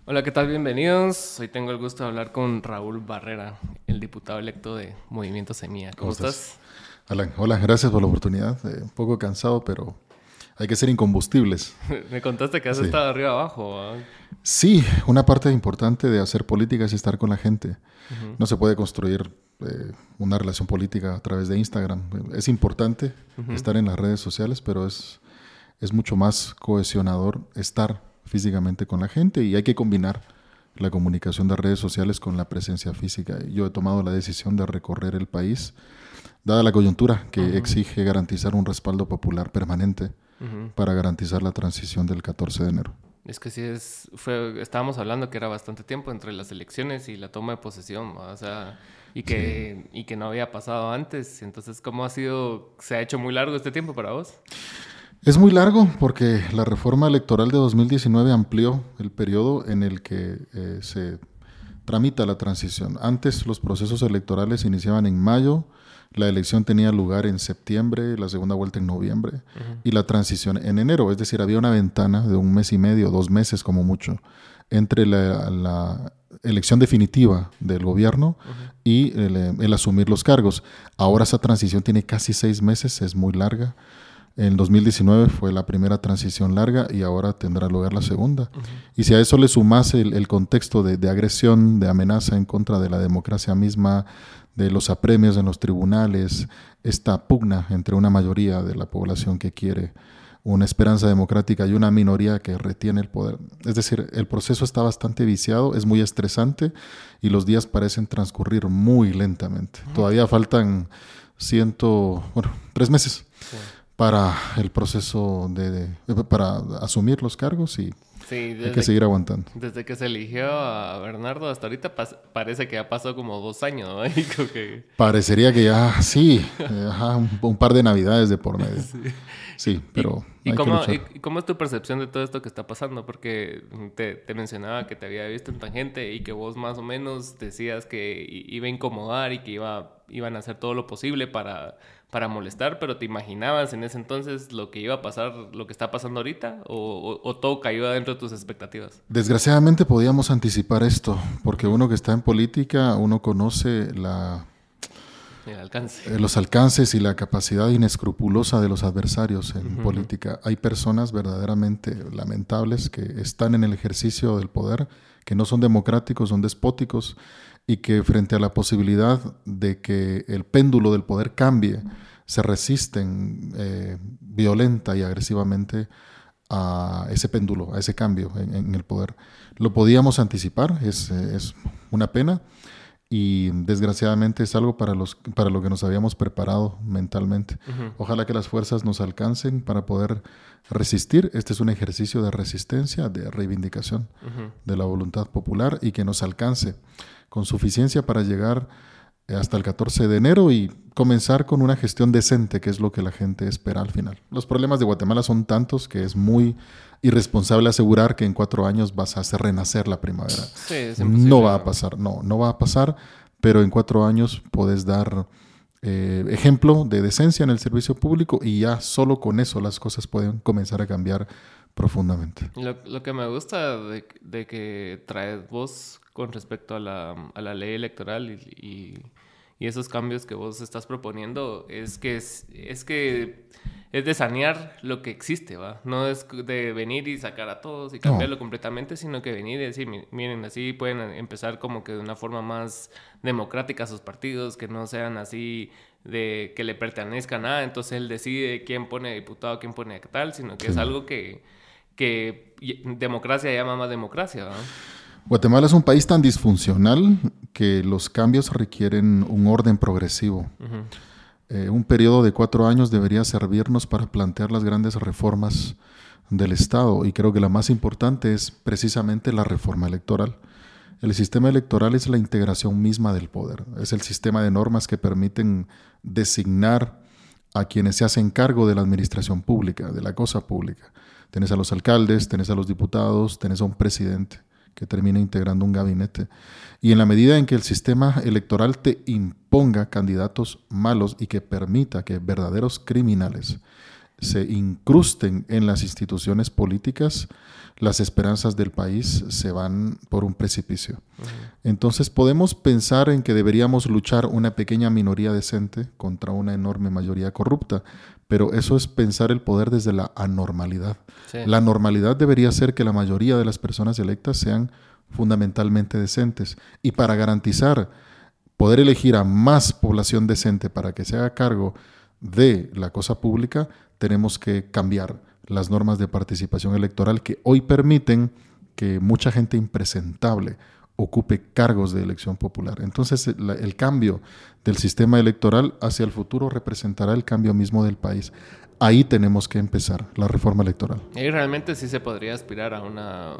Hola, ¿qué tal? Bienvenidos. Hoy tengo el gusto de hablar con Raúl Barrera, el diputado electo de Movimiento Semilla. ¿Cómo ¿Cómo estás? estás? Alan, hola, gracias por la oportunidad. Un poco cansado, pero hay que ser incombustibles. Me contaste que has Sí. estado arriba abajo, ¿ah? Sí, una parte importante de hacer política es estar con la gente. Ujú, No se puede construir una relación política a través de Instagram. Es importante ujú. estar en las redes sociales, pero es mucho más cohesionador estar físicamente con la gente y hay que combinar la comunicación de redes sociales con la presencia física. Yo he tomado la decisión de recorrer el país, dada la coyuntura que Ujú, exige garantizar un respaldo popular permanente ujú. para garantizar la transición del 14 de enero. Es que sí, estábamos hablando que era bastante tiempo entre las elecciones y la toma de posesión, ¿va? O sea, Sí. y que no había pasado antes. Entonces, ¿cómo ha sido? ¿Se ha hecho muy largo este tiempo para vos? Es muy largo porque la reforma electoral de 2019 amplió el periodo en el que se tramita la transición. Antes los procesos electorales se iniciaban en mayo, la elección tenía lugar en septiembre, la segunda vuelta en noviembre Ujú, y la transición en enero. Es decir, había una ventana de 1 mes y medio, 2 meses como mucho, entre la elección definitiva del gobierno ujú. y el asumir los cargos. Ahora esa transición tiene casi 6 meses, es muy larga. En 2019 fue la primera transición larga y ahora tendrá lugar la segunda. Ujú. Y si a eso le sumas el contexto de agresión, de amenaza en contra de la democracia misma, de los apremios en los tribunales, esta pugna entre una mayoría de la población que quiere una esperanza democrática y una minoría que retiene el poder. Es decir, el proceso está bastante viciado, es muy estresante y los días parecen transcurrir muy lentamente. Todavía faltan 3 meses Sí. para el proceso para asumir los cargos y Sí, hay que seguir aguantando. desde que se eligió a Bernardo hasta ahorita parece que ya pasó como 2 años, ¿no? Y como que... Parecería que ya, sí, ajá, un par de navidades de por medio. Sí. Sí, pero ¿Y hay que cómo, luchar. y cómo es tu percepción de todo esto que está pasando? Porque te mencionaba que te había visto en Tangente y que vos más o menos decías que iba a incomodar y que iban a hacer todo lo posible para molestar, pero ¿te imaginabas en ese entonces lo que iba a pasar, lo que está pasando ahorita? ¿O todo cayó dentro de tus expectativas? Desgraciadamente podíamos anticipar esto, porque uno que está en política, uno conoce El alcance. los alcances y la capacidad inescrupulosa de los adversarios en Ujú, ujú. política. Hay personas verdaderamente lamentables que están en el ejercicio del poder, que no son democráticos, son despóticos y que frente a la posibilidad de que el péndulo del poder cambie, se resisten violenta y agresivamente a ese péndulo, a ese cambio en el poder. Lo podíamos anticipar, es una pena, y desgraciadamente es algo para lo que nos habíamos preparado mentalmente. Ujú, Ojalá que las fuerzas nos alcancen para poder resistir. Este es un ejercicio de resistencia, de reivindicación ujú. de la voluntad popular y que nos alcance con suficiencia para llegar hasta el 14 de enero y comenzar con una gestión decente, que es lo que la gente espera al final. Los problemas de Guatemala son tantos que es muy irresponsable asegurar que en 4 años vas a hacer renacer la primavera. Sí, es No imposible, va a ¿no? pasar, no va a pasar, pero en 4 años puedes dar ejemplo de decencia en el servicio público y ya solo con eso las cosas pueden comenzar a cambiar profundamente. Lo que me gusta de que traes vos con respecto a la ley electoral y esos cambios que vos estás proponiendo es que es de sanear lo que existe, ¿va? No es de venir y sacar a todos y No, cambiarlo completamente, sino que venir y decir, miren, así pueden empezar como que de una forma más democrática sus partidos, que no sean así de que le pertenezca a nada, entonces él decide quién pone diputado, quién pone tal, sino que sí. es algo que democracia llama más democracia, ¿no? Guatemala es un país tan disfuncional que los cambios requieren un orden progresivo. Uh-huh. Un periodo de 4 años debería servirnos para plantear las grandes reformas del Estado y creo que la más importante es precisamente la reforma electoral. El sistema electoral es la integración misma del poder, es el sistema de normas que permiten designar a quienes se hacen cargo de la administración pública, de la cosa pública. Tenés a los alcaldes, tenés a los diputados, tenés a un presidente que termina integrando un gabinete. Y en la medida en que el sistema electoral te imponga candidatos malos y que permita que verdaderos criminales se incrusten en las instituciones políticas, las esperanzas del país se van por un precipicio. Entonces podemos pensar en que deberíamos luchar una pequeña minoría decente contra una enorme mayoría corrupta, pero eso es pensar el poder desde la anormalidad. Sí. La normalidad debería ser que la mayoría de las personas electas sean fundamentalmente decentes, y para garantizar poder elegir a más población decente para que se haga cargo de la cosa pública, tenemos que cambiar las normas de participación electoral que hoy permiten que mucha gente impresentable ocupe cargos de elección popular. Entonces, el cambio del sistema electoral hacia el futuro representará el cambio mismo del país. Ahí tenemos que empezar, la reforma electoral. Y realmente sí se podría aspirar a una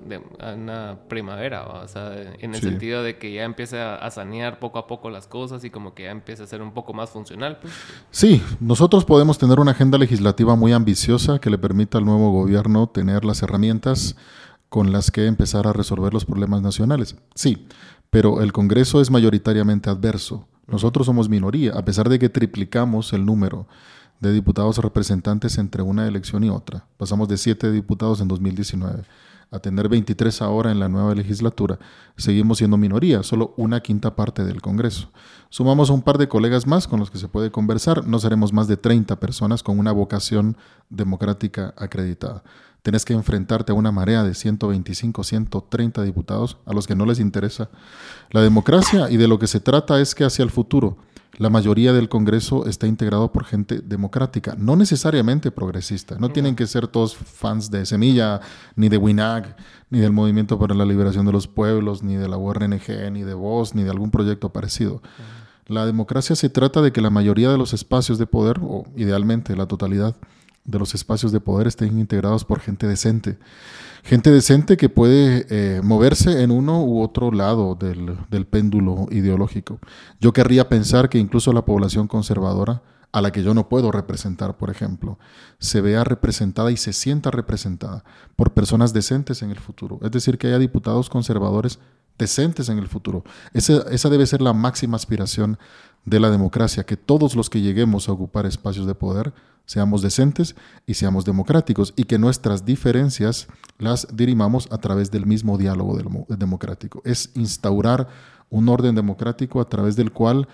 primavera, ¿va? O sea, en el sentido de que ya empiece a sanear poco a poco las cosas y como que ya empiece a ser un poco más funcional. Pues. Sí, nosotros podemos tener una agenda legislativa muy ambiciosa que le permita al nuevo gobierno tener las herramientas con las que empezar a resolver los problemas nacionales. Sí, pero el Congreso es mayoritariamente adverso. Nosotros somos minoría, a pesar de que triplicamos el número de diputados representantes entre una elección y otra. Pasamos de 7 diputados en 2019 a tener 23 ahora en la nueva legislatura. Seguimos siendo minoría, solo 1/5 parte del Congreso. Sumamos a un par de colegas más con los que se puede conversar, no seremos más de 30 personas con una vocación democrática acreditada. Tienes que enfrentarte a una marea de 125, 130 diputados a los que no les interesa la democracia, y de lo que se trata es que hacia el futuro la mayoría del Congreso está integrado por gente democrática, no necesariamente progresista. No tienen que ser todos fans de Semilla, ni de WINAG, ni del Movimiento para la Liberación de los Pueblos, ni de la URNG, ni de VOZ, ni de algún proyecto parecido. La democracia se trata de que la mayoría de los espacios de poder, o idealmente la totalidad de los espacios de poder, estén integrados por gente decente. Gente decente que puede moverse en uno u otro lado del péndulo ideológico. Yo querría pensar que incluso la población conservadora, a la que yo no puedo representar, por ejemplo, se vea representada y se sienta representada por personas decentes en el futuro. Es decir, que haya diputados conservadores decentes en el futuro. Esa debe ser la máxima aspiración de la democracia, que todos los que lleguemos a ocupar espacios de poder seamos decentes y seamos democráticos, y que nuestras diferencias las dirimamos a través del mismo diálogo democrático. Es instaurar un orden democrático a través del cual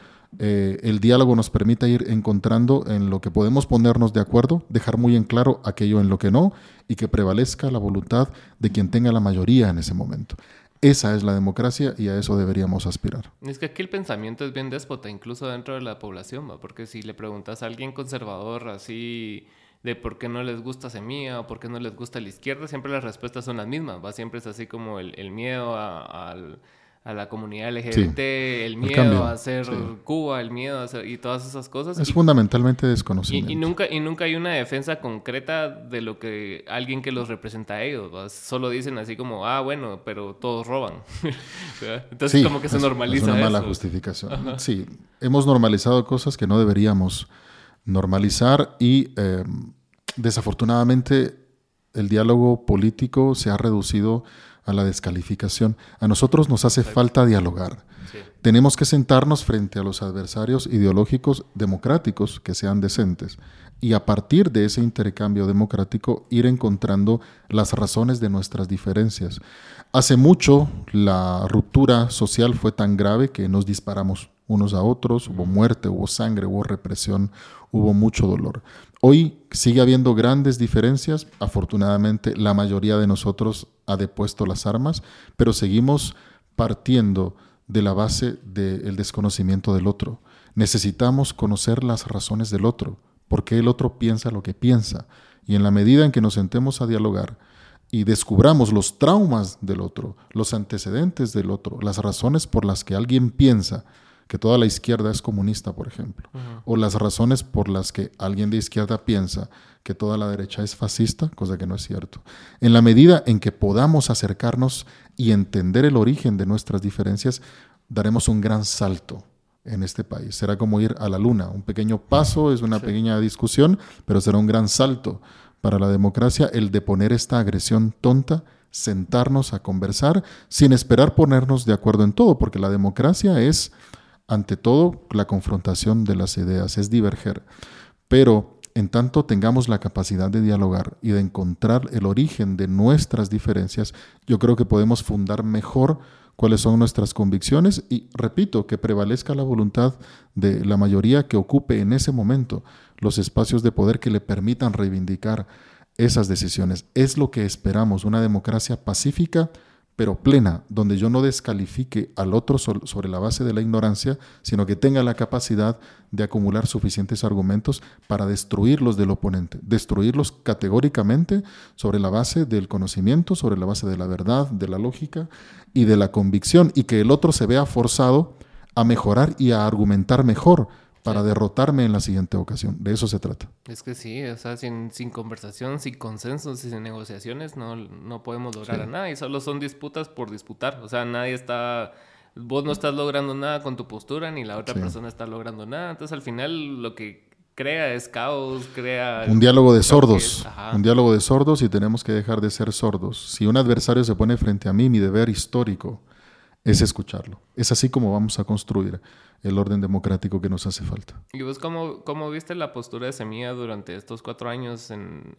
el diálogo nos permita ir encontrando en lo que podemos ponernos de acuerdo, dejar muy en claro aquello en lo que no, y que prevalezca la voluntad de quien tenga la mayoría en ese momento. Esa es la democracia y a eso deberíamos aspirar. Es que aquí el pensamiento es bien déspota, incluso dentro de la población, ¿va? Porque si le preguntas a alguien conservador así de por qué no les gusta Semilla o por qué no les gusta la izquierda, siempre las respuestas son las mismas, ¿va? Siempre es así como el miedo a la comunidad LGBT, el miedo a hacer Cuba, el miedo a hacer, y todas esas cosas. Es fundamentalmente desconocimiento. Y nunca hay una defensa concreta de lo que alguien que los representa a ellos, ¿va? Solo dicen así como, bueno, pero todos roban. Entonces como que se normaliza eso. Es una mala justificación. Ajá. Sí, hemos normalizado cosas que no deberíamos normalizar, y desafortunadamente el diálogo político se ha reducido a la descalificación. A nosotros nos hace falta dialogar. Sí. Tenemos que sentarnos frente a los adversarios ideológicos democráticos que sean decentes, y a partir de ese intercambio democrático ir encontrando las razones de nuestras diferencias. Hace mucho la ruptura social fue tan grave que nos disparamos unos a otros, hubo muerte, hubo sangre, hubo represión, hubo mucho dolor. Hoy sigue habiendo grandes diferencias. Afortunadamente, la mayoría de nosotros ha depuesto las armas, pero seguimos partiendo de la base del desconocimiento del otro. Necesitamos conocer las razones del otro, por qué el otro piensa lo que piensa. Y en la medida en que nos sentemos a dialogar y descubramos los traumas del otro, los antecedentes del otro, las razones por las que alguien piensa que toda la izquierda es comunista, por ejemplo, o las razones por las que alguien de izquierda piensa que toda la derecha es fascista, cosa que no es cierto. En la medida en que podamos acercarnos y entender el origen de nuestras diferencias, daremos un gran salto en este país. Será como ir a la luna. Un pequeño paso, es una pequeña discusión, pero será un gran salto para la democracia el de poner esta agresión tonta, sentarnos a conversar sin esperar ponernos de acuerdo en todo, porque la democracia es, ante todo, la confrontación de las ideas, es diverger. Pero en tanto tengamos la capacidad de dialogar y de encontrar el origen de nuestras diferencias, yo creo que podemos fundar mejor cuáles son nuestras convicciones y, repito, que prevalezca la voluntad de la mayoría que ocupe en ese momento los espacios de poder que le permitan reivindicar esas decisiones. Es lo que esperamos, una democracia pacífica pero plena, donde yo no descalifique al otro sobre la base de la ignorancia, sino que tenga la capacidad de acumular suficientes argumentos para destruirlos del oponente, destruirlos categóricamente sobre la base del conocimiento, sobre la base de la verdad, de la lógica y de la convicción, y que el otro se vea forzado a mejorar y a argumentar mejor para derrotarme en la siguiente ocasión. De eso se trata. Es que sí, o sea, sin conversación, sin consensos y sin negociaciones no podemos lograr nada, y solo son disputas por disputar. O sea, vos no estás logrando nada con tu postura, ni la otra persona está logrando nada. Entonces, al final, lo que crea es caos, crea... Un diálogo de sordos. Un diálogo de sordos, y tenemos que dejar de ser sordos. Si un adversario se pone frente a mí, mi deber histórico es escucharlo. Es así como vamos a construir el orden democrático que nos hace falta. ¿Y vos cómo viste la postura de Semilla durante estos 4 años en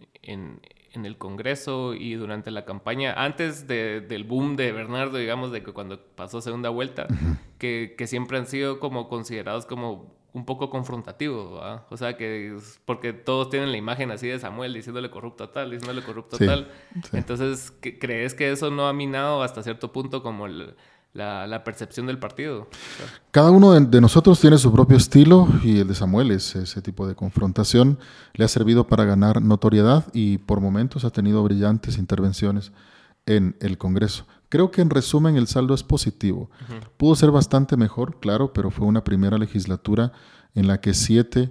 el Congreso y durante la campaña, antes del boom de Bernardo, digamos, de que cuando pasó segunda vuelta, que siempre han sido como considerados como un poco confrontativos, ¿verdad? O sea, porque todos tienen la imagen así de Samuel diciéndole corrupto a tal, diciéndole corrupto a tal. Sí. Entonces, ¿crees que eso no ha minado hasta cierto punto como la percepción del partido? Cada uno de nosotros tiene su propio estilo, y el de Samuel es ese tipo de confrontación. Le ha servido para ganar notoriedad y por momentos ha tenido brillantes intervenciones en el Congreso. Creo que en resumen el saldo es positivo. Pudo ser bastante mejor, claro, pero fue una primera legislatura en la que 7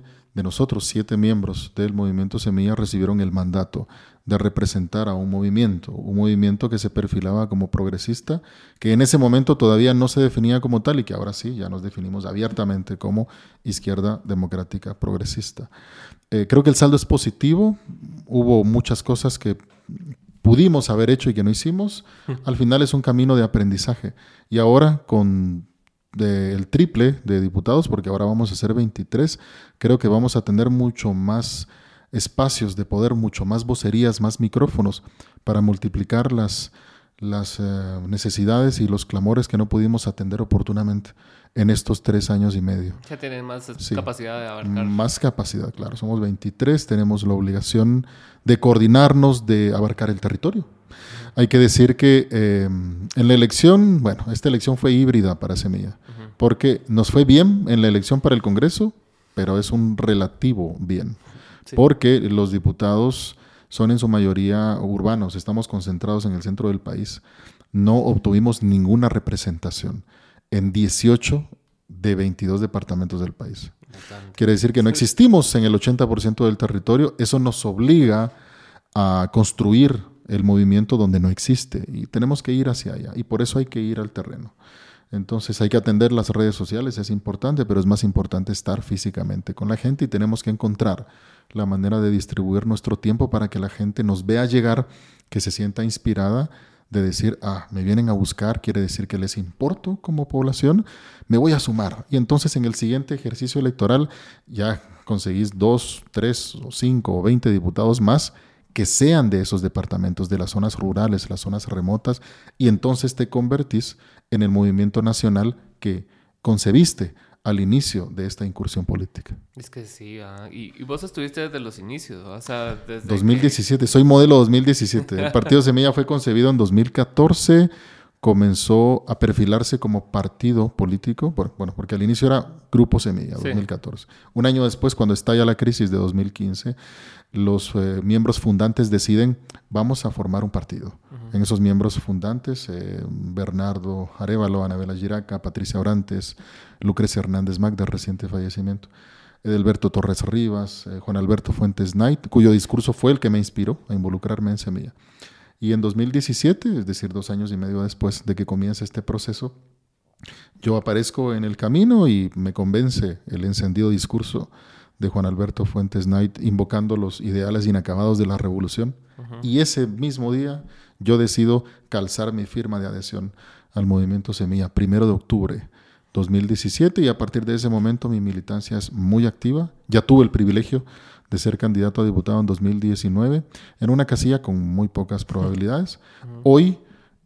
miembros del Movimiento Semilla recibieron el mandato de representar a un movimiento que se perfilaba como progresista, que en ese momento todavía no se definía como tal y que ahora sí, ya nos definimos abiertamente como izquierda democrática progresista. Creo que el saldo es positivo. Hubo muchas cosas que pudimos haber hecho y que no hicimos. Al final es un camino de aprendizaje. Y ahora con el triple de diputados, porque ahora vamos a ser 23, creo que vamos a tener mucho más espacios de poder, mucho más vocerías, más micrófonos para multiplicar las necesidades y los clamores que no pudimos atender oportunamente en estos 3 años y medio. Ya tienen más capacidad de abarcar. Más capacidad, claro. Somos 23, tenemos la obligación de coordinarnos, de abarcar el territorio. Hay que decir que en la elección, esta elección fue híbrida para Semilla, porque nos fue bien en la elección para el Congreso, pero es un relativo bien. Sí. Porque los diputados son en su mayoría urbanos, estamos concentrados en el centro del país. No obtuvimos ninguna representación en 18 de 22 departamentos del país. Quiere decir que no existimos en el 80% del territorio. Eso nos obliga a construir el movimiento donde no existe, y tenemos que ir hacia allá, y por eso hay que ir al terreno. Entonces hay que atender las redes sociales, es importante, pero es más importante estar físicamente con la gente, y tenemos que encontrar la manera de distribuir nuestro tiempo para que la gente nos vea llegar, que se sienta inspirada, de decir, me vienen a buscar, quiere decir que les importo como población, me voy a sumar. Y entonces en el siguiente ejercicio electoral ya conseguís 2, 3 o 5 o 20 diputados más que sean de esos departamentos, de las zonas rurales, las zonas remotas, y entonces te convertís en el movimiento nacional que concebiste al inicio de esta incursión política. Es que sí, y vos estuviste desde los inicios, o sea, desde 2017, soy modelo 2017. El Partido Semilla fue concebido en 2014, comenzó a perfilarse como partido político, porque al inicio era Grupo Semilla, 2014. Un año después, cuando estalla la crisis de 2015, los miembros fundantes deciden, vamos a formar un partido. En esos miembros fundantes, Bernardo Arévalo, Anabela Giraca, Patricia Orantes, Lucrecia Hernández Mac, de reciente fallecimiento, Edelberto Torres Rivas, Juan Alberto Fuentes Knight, cuyo discurso fue el que me inspiró a involucrarme en Semilla. Y en 2017, es decir, 2 años y medio después de que comienza este proceso, yo aparezco en el camino y me convence el encendido discurso de Juan Alberto Fuentes Knight invocando los ideales inacabados de la revolución. Y ese mismo día yo decido calzar mi firma de adhesión al movimiento Semilla, 1 de octubre 2017 y a partir de ese momento mi militancia es muy activa. Ya tuve el privilegio de ser candidato a diputado en 2019 en una casilla con muy pocas probabilidades. Hoy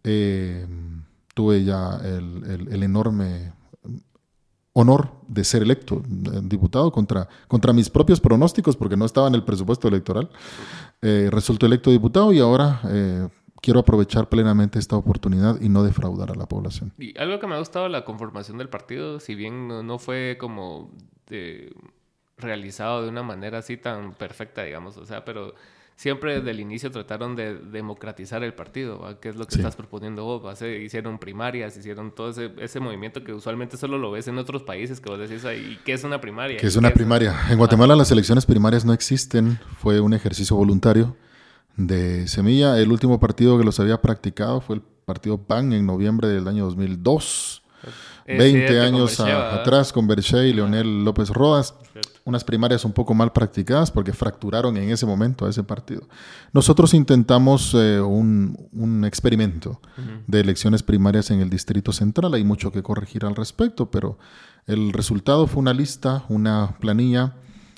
tuve ya el enorme honor de ser electo diputado contra mis propios pronósticos porque no estaba en el presupuesto electoral. Resultó electo diputado y ahora quiero aprovechar plenamente esta oportunidad y no defraudar a la población. Y algo que me ha gustado de la conformación del partido, si bien no fue como realizado de una manera así tan perfecta, digamos, o sea, pero siempre desde el inicio trataron de democratizar el partido, ¿va? ¿Qué es lo que estás proponiendo vos? ¿Va? Hicieron primarias, hicieron todo ese movimiento que usualmente solo lo ves en otros países, que vos decís, ¿y qué es una primaria? ¿Qué es una primaria? En Guatemala las elecciones primarias no existen, fue un ejercicio voluntario de semilla. El último partido que los había practicado fue el partido PAN en noviembre del año 2002. 20 años atrás con Berché y Leonel López Rodas. Unas primarias un poco mal practicadas porque fracturaron en ese momento a ese partido. Nosotros intentamos un experimento de elecciones primarias en el Distrito Central. Hay mucho que corregir al respecto, pero el resultado fue una lista, una planilla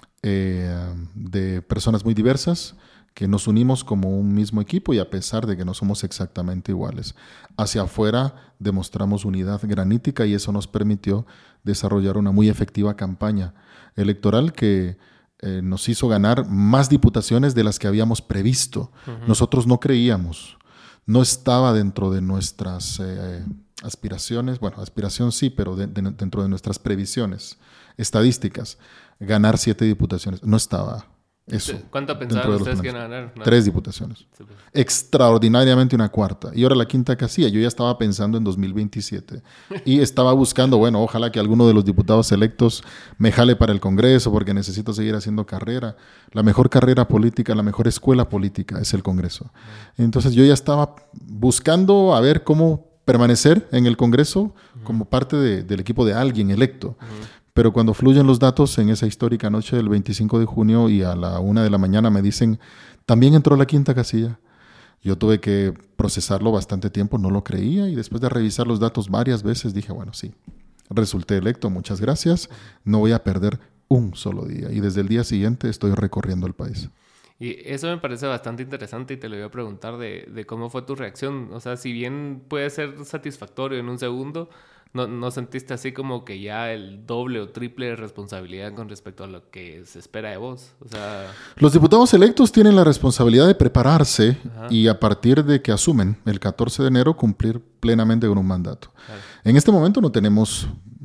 de personas muy diversas que nos unimos como un mismo equipo y a pesar de que no somos exactamente iguales. Hacia afuera demostramos unidad granítica y eso nos permitió desarrollar una muy efectiva campaña electoral que nos hizo ganar más diputaciones de las que habíamos previsto. Nosotros no creíamos, no estaba dentro de nuestras aspiraciones, bueno, aspiración sí, pero dentro de nuestras previsiones estadísticas, ganar 7 diputaciones. No estaba eso. ¿Cuánto pensaban ustedes que iban a ganar? No. 3 diputaciones. Sí, pues. Extraordinariamente una cuarta. Y ahora la quinta casilla. Yo ya estaba pensando en 2027. Y estaba buscando, bueno, ojalá que alguno de los diputados electos me jale para el Congreso porque necesito seguir haciendo carrera. La mejor carrera política, la mejor escuela política es el Congreso. Entonces yo ya estaba buscando a ver cómo permanecer en el Congreso como parte del equipo de alguien electo. Pero cuando fluyen los datos en esa histórica noche del 25 de junio y a la 1 de la mañana me dicen, también entró la quinta casilla. Yo tuve que procesarlo bastante tiempo, no lo creía y después de revisar los datos varias veces dije, bueno, sí, resulté electo, muchas gracias, no voy a perder un solo día. Y desde el día siguiente estoy recorriendo el país. Y eso me parece bastante interesante y te lo voy a preguntar de cómo fue tu reacción. O sea, si bien puede ser satisfactorio en un segundo, ¿no sentiste así como que ya el doble o triple de responsabilidad con respecto a lo que se espera de vos? O sea... Los diputados electos tienen la responsabilidad de prepararse y a partir de que asumen el 14 de enero cumplir plenamente con un mandato. Claro. En este momento no tenemos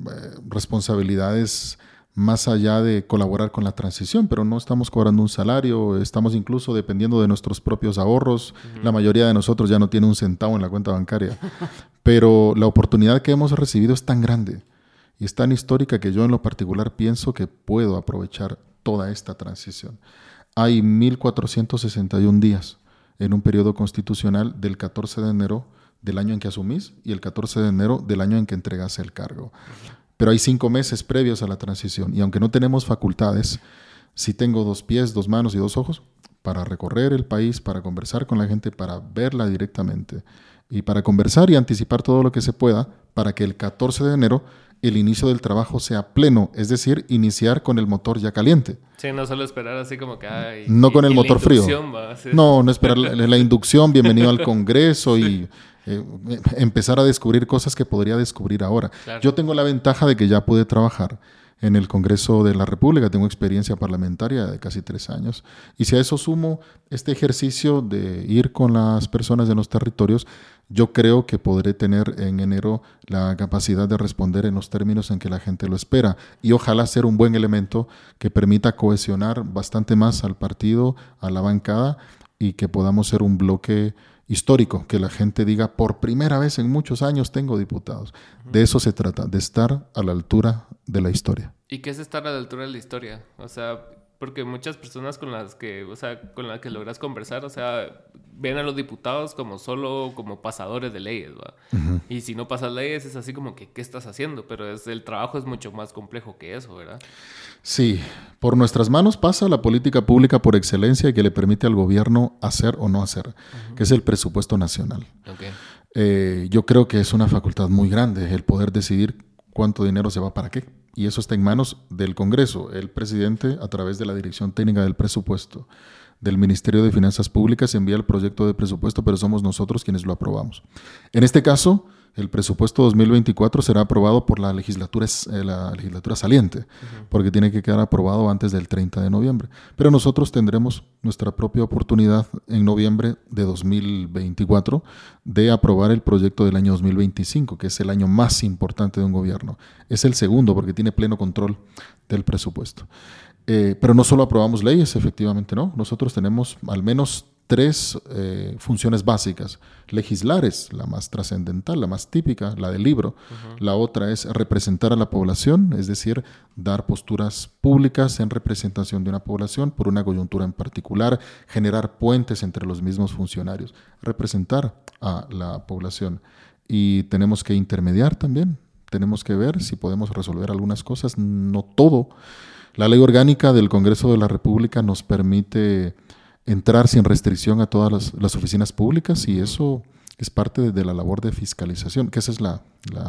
responsabilidades más allá de colaborar con la transición, pero no estamos cobrando un salario, estamos incluso dependiendo de nuestros propios ahorros. La mayoría de nosotros ya no tiene un centavo en la cuenta bancaria. Pero la oportunidad que hemos recibido es tan grande y es tan histórica que yo en lo particular pienso que puedo aprovechar toda esta transición. Hay 1.461 días en un periodo constitucional del 14 de enero del año en que asumís y el 14 de enero del año en que entregas el cargo. Pero hay 5 meses previos a la transición y aunque no tenemos facultades, sí tengo 2 pies, 2 manos y 2 ojos para recorrer el país, para conversar con la gente, para verla directamente y para conversar y anticipar todo lo que se pueda para que el 14 de enero el inicio del trabajo sea pleno, es decir, iniciar con el motor ya caliente. Sí, no solo esperar así como que... no con el motor frío. No esperar la inducción, bienvenido al Congreso y... empezar a descubrir cosas que podría descubrir ahora. Claro. Yo tengo la ventaja de que ya pude trabajar en el Congreso de la República, tengo experiencia parlamentaria de casi 3 años, y si a eso sumo este ejercicio de ir con las personas de los territorios, yo creo que podré tener en enero la capacidad de responder en los términos en que la gente lo espera, y ojalá ser un buen elemento que permita cohesionar bastante más al partido, a la bancada, y que podamos ser un bloque histórico, que la gente diga, por primera vez en muchos años tengo diputados. De eso se trata, de estar a la altura de la historia. ¿Y qué es estar a la altura de la historia? O sea, porque muchas personas con las que logras conversar, o sea, ven a los diputados como solo como pasadores de leyes, ¿va? Y si no pasas leyes es así como que, ¿qué estás haciendo? Pero el trabajo es mucho más complejo que eso, ¿verdad? Sí, por nuestras manos pasa la política pública por excelencia que le permite al gobierno hacer o no hacer, que es el presupuesto nacional. Okay. Yo creo que es una facultad muy grande el poder decidir cuánto dinero se va para qué. Y eso está en manos del Congreso. El presidente, a través de la Dirección Técnica del Presupuesto del Ministerio de Finanzas Públicas, envía el proyecto de presupuesto, pero somos nosotros quienes lo aprobamos. En este caso, el presupuesto 2024 será aprobado por la legislatura saliente, porque tiene que quedar aprobado antes del 30 de noviembre. Pero nosotros tendremos nuestra propia oportunidad en noviembre de 2024 de aprobar el proyecto del año 2025, que es el año más importante de un gobierno. Es el segundo porque tiene pleno control del presupuesto. Pero no solo aprobamos leyes, efectivamente, ¿no? Nosotros tenemos al menos 3 funciones básicas. Legislar es la más trascendental, la más típica, la del libro. La otra es representar a la población, es decir, dar posturas públicas en representación de una población por una coyuntura en particular, generar puentes entre los mismos funcionarios, representar a la población. Y tenemos que intermediar también, tenemos que ver si podemos resolver algunas cosas, no todo. La ley orgánica del Congreso de la República nos permite entrar sin restricción a todas las oficinas públicas y eso es parte de la labor de fiscalización, que esa es la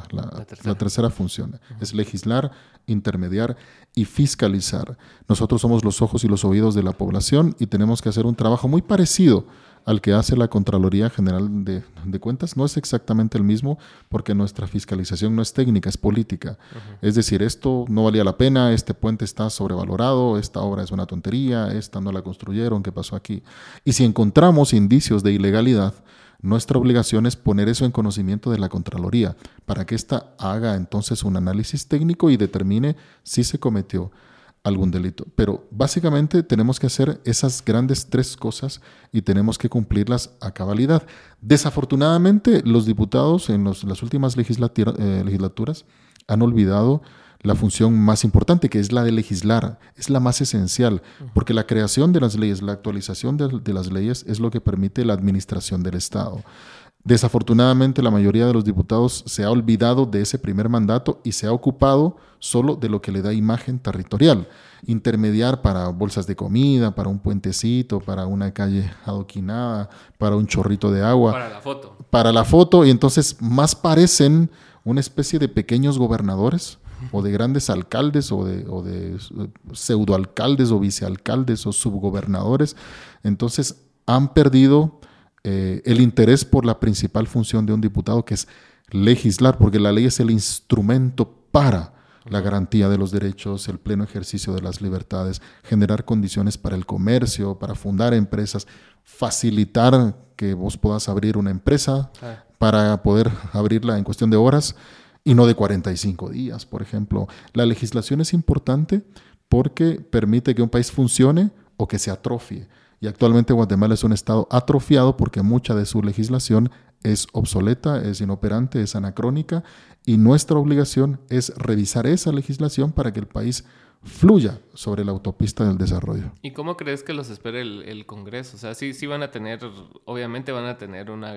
tercera función. Es legislar, intermediar y fiscalizar. Nosotros somos los ojos y los oídos de la población y tenemos que hacer un trabajo muy parecido al que hace la Contraloría General de Cuentas. No es exactamente el mismo porque nuestra fiscalización no es técnica, es política. Es decir, esto no valía la pena, este puente está sobrevalorado, esta obra es una tontería, esta no la construyeron, ¿qué pasó aquí? Y si encontramos indicios de ilegalidad, nuestra obligación es poner eso en conocimiento de la Contraloría para que ésta haga entonces un análisis técnico y determine si se cometió algún delito. Pero básicamente tenemos que hacer esas grandes 3 cosas y tenemos que cumplirlas a cabalidad. Desafortunadamente, los diputados en las últimas legislaturas han olvidado la función más importante, que es la de legislar. Es la más esencial, porque la creación de las leyes, la actualización de las leyes es lo que permite la administración del Estado. Desafortunadamente, la mayoría de los diputados se ha olvidado de ese primer mandato y se ha ocupado solo de lo que le da imagen territorial. Intermediar para bolsas de comida, para un puentecito, para una calle adoquinada, para un chorrito de agua. Para la foto. Para la foto, y entonces más parecen una especie de pequeños gobernadores o de grandes alcaldes o de pseudoalcaldes o vicealcaldes o subgobernadores. Entonces han perdido el interés por la principal función de un diputado, que es legislar, porque la ley es el instrumento para la garantía de los derechos, el pleno ejercicio de las libertades, generar condiciones para el comercio, para fundar empresas, facilitar que vos puedas abrir una empresa para poder abrirla en cuestión de horas y no de 45 días, por ejemplo. La legislación es importante porque permite que un país funcione o que se atrofie. Y actualmente Guatemala es un estado atrofiado porque mucha de su legislación es obsoleta, es inoperante, es anacrónica, y nuestra obligación es revisar esa legislación para que el país fluya sobre la autopista del desarrollo. ¿Y cómo crees que los espera el Congreso? O sea, sí van a tener, obviamente van a tener una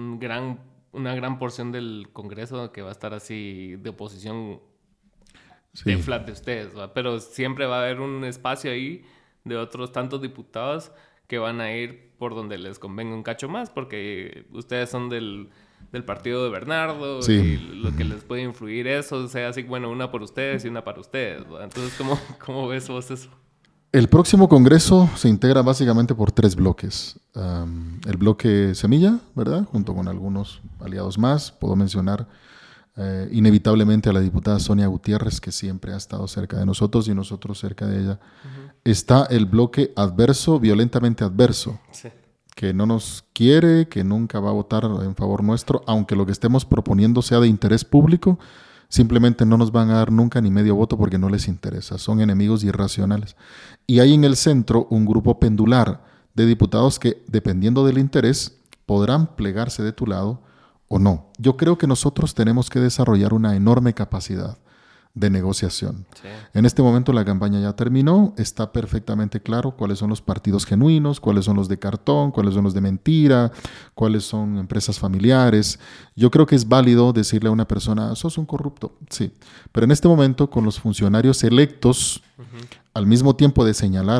gran porción del Congreso que va a estar así de oposición de flat de ustedes, ¿va? Pero siempre va a haber un espacio ahí de otros tantos diputados que van a ir por donde les convenga un cacho más, porque ustedes son del partido de Bernardo, y lo que les puede influir eso, o sea, así, bueno, una por ustedes y una para ustedes, ¿va? Entonces, ¿cómo ves vos eso? El próximo Congreso se integra básicamente por 3 bloques. El bloque Semilla, ¿verdad? Junto con algunos aliados más. Puedo mencionar inevitablemente a la diputada Sonia Gutiérrez, que siempre ha estado cerca de nosotros y nosotros cerca de ella. Está el bloque adverso, violentamente adverso, que no nos quiere, que nunca va a votar en favor nuestro, aunque lo que estemos proponiendo sea de interés público. Simplemente no nos van a dar nunca ni medio voto porque no les interesa. Son enemigos irracionales. Y hay en el centro un grupo pendular de diputados que, dependiendo del interés, podrán plegarse de tu lado o no. Yo creo que nosotros tenemos que desarrollar una enorme capacidad de negociación. Sí. En este momento la campaña ya terminó, está perfectamente claro cuáles son los partidos genuinos, cuáles son los de cartón, cuáles son los de mentira, cuáles son empresas familiares. Yo creo que es válido decirle a una persona, sos un corrupto, sí, pero en este momento con los funcionarios electos, al mismo tiempo de señalar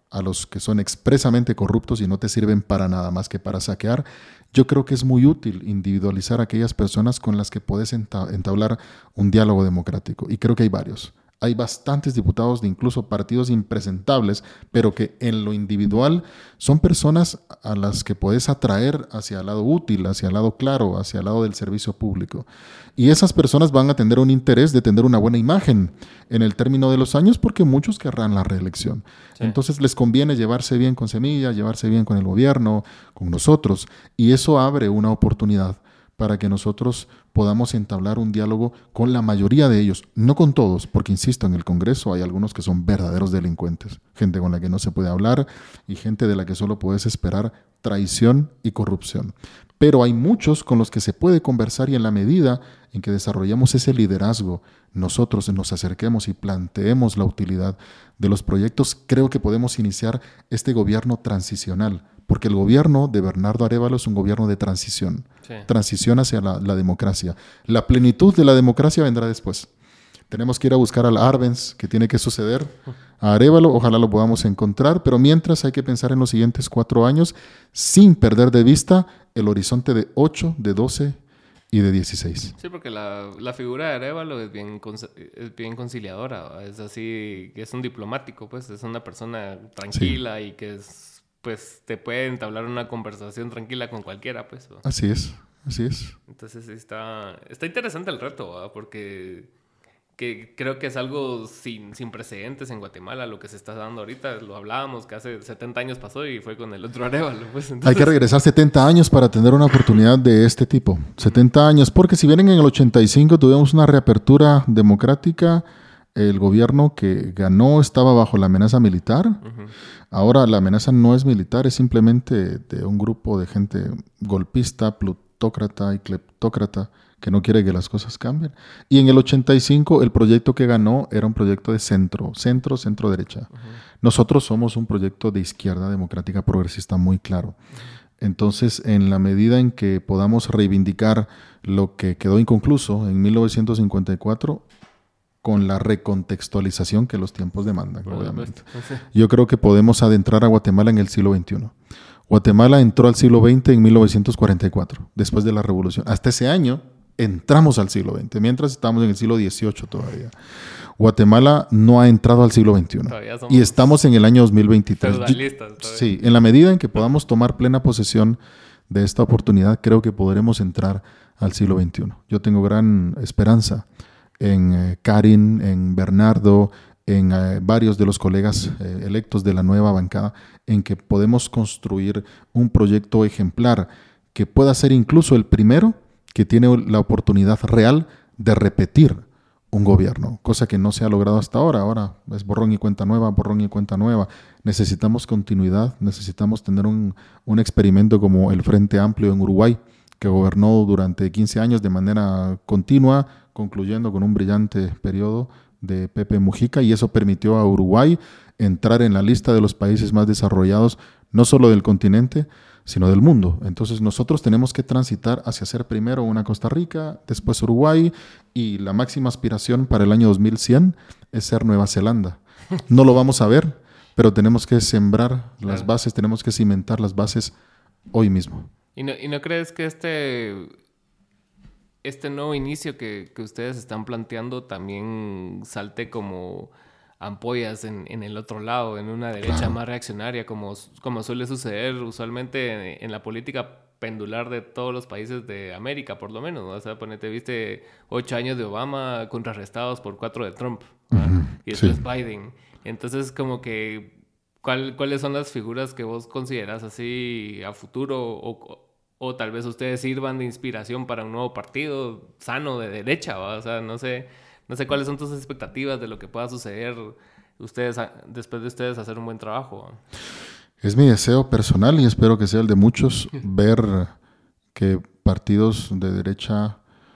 a los que son expresamente corruptos y no te sirven para nada más que para saquear, yo creo que es muy útil individualizar a aquellas personas con las que puedes entablar un diálogo democrático. Y creo que hay varios. Hay bastantes diputados de incluso partidos impresentables, pero que en lo individual son personas a las que puedes atraer hacia el lado útil, hacia el lado claro, hacia el lado del servicio público. Y esas personas van a tener un interés de tener una buena imagen en el término de los años porque muchos querrán la reelección. Sí. Entonces les conviene llevarse bien con Semilla, llevarse bien con el gobierno, con nosotros, y eso abre una oportunidad para que nosotros podamos entablar un diálogo con la mayoría de ellos, no con todos, porque insisto, en el Congreso hay algunos que son verdaderos delincuentes, gente con la que no se puede hablar y gente de la que solo puedes esperar traición y corrupción. Pero hay muchos con los que se puede conversar y en la medida en que desarrollamos ese liderazgo, nosotros nos acerquemos y planteemos la utilidad de los proyectos, creo que podemos iniciar este gobierno transicional, porque el gobierno de Bernardo Arévalo es un gobierno de transición, sí. Transición hacia la democracia. La plenitud de la democracia vendrá después. Tenemos que ir a buscar al Arbenz, que tiene que suceder, a Arévalo, ojalá lo podamos encontrar, pero mientras hay que pensar en los siguientes 4 años, sin perder de vista el horizonte de 8, de 12 y de 16. Sí, porque la figura de Arévalo es bien conciliadora, es así, es un diplomático, pues, es una persona tranquila, sí. Y que es... pues te puede entablar una conversación tranquila con cualquiera, pues. ¿No? Así es. Entonces está interesante el reto, ¿verdad? Porque creo que es algo sin precedentes en Guatemala, lo que se está dando ahorita. Lo hablábamos que hace 70 años pasó y fue con el otro Arévalo. Pues, entonces... Hay que regresar 70 años para tener una oportunidad de este tipo. 70 años, porque si bien en el 85 tuvimos una reapertura democrática, el gobierno que ganó estaba bajo la amenaza militar. Uh-huh. Ahora la amenaza no es militar, es simplemente de un grupo de gente golpista, plutócrata y cleptócrata que no quiere que las cosas cambien. Y en el 85 el proyecto que ganó era un proyecto de centro-derecha. Uh-huh. Nosotros somos un proyecto de izquierda democrática progresista muy claro. Uh-huh. Entonces, en la medida en que podamos reivindicar lo que quedó inconcluso en 1954, con la recontextualización que los tiempos demandan, obviamente. Yo creo que podemos adentrar a Guatemala en el siglo XXI. Guatemala entró al siglo XX en 1944, después de la Revolución. Hasta ese año entramos al siglo XX, mientras estamos en el siglo XVIII todavía. Guatemala no ha entrado al siglo XXI. Y estamos en el año 2023. Sí, en la medida en que podamos tomar plena posesión de esta oportunidad, creo que podremos entrar al siglo XXI. Yo tengo gran esperanza en Karin, en Bernardo, en varios de los colegas electos de la nueva bancada, en que podemos construir un proyecto ejemplar que pueda ser incluso el primero que tiene la oportunidad real de repetir un gobierno, cosa que no se ha logrado hasta ahora. Ahora es borrón y cuenta nueva. Necesitamos continuidad, necesitamos tener un experimento como el Frente Amplio en Uruguay, que gobernó durante 15 años de manera continua, concluyendo con un brillante periodo de Pepe Mujica, y eso permitió a Uruguay entrar en la lista de los países más desarrollados, no solo del continente, sino del mundo. Entonces nosotros tenemos que transitar hacia ser primero una Costa Rica, después Uruguay, y la máxima aspiración para el año 2100 es ser Nueva Zelanda. No lo vamos a ver, pero tenemos que sembrar las bases, tenemos que cimentar las bases hoy mismo. ¿Y no crees que este nuevo inicio que ustedes están planteando también salte como ampollas en el otro lado, en una derecha más reaccionaria, como suele suceder usualmente en la política pendular de todos los países de América, por lo menos, ¿no? O sea, viste 8 años de Obama contrarrestados por 4 de Trump, uh-huh. Y después Biden. Entonces, como que, ¿cuáles son las figuras que vos considerás así a futuro o tal vez ustedes sirvan de inspiración para un nuevo partido sano de derecha, ¿va? O sea, no sé cuáles son tus expectativas de lo que pueda suceder después de ustedes hacer un buen trabajo, ¿va? Es mi deseo personal y espero que sea el de muchos ver que partidos de derecha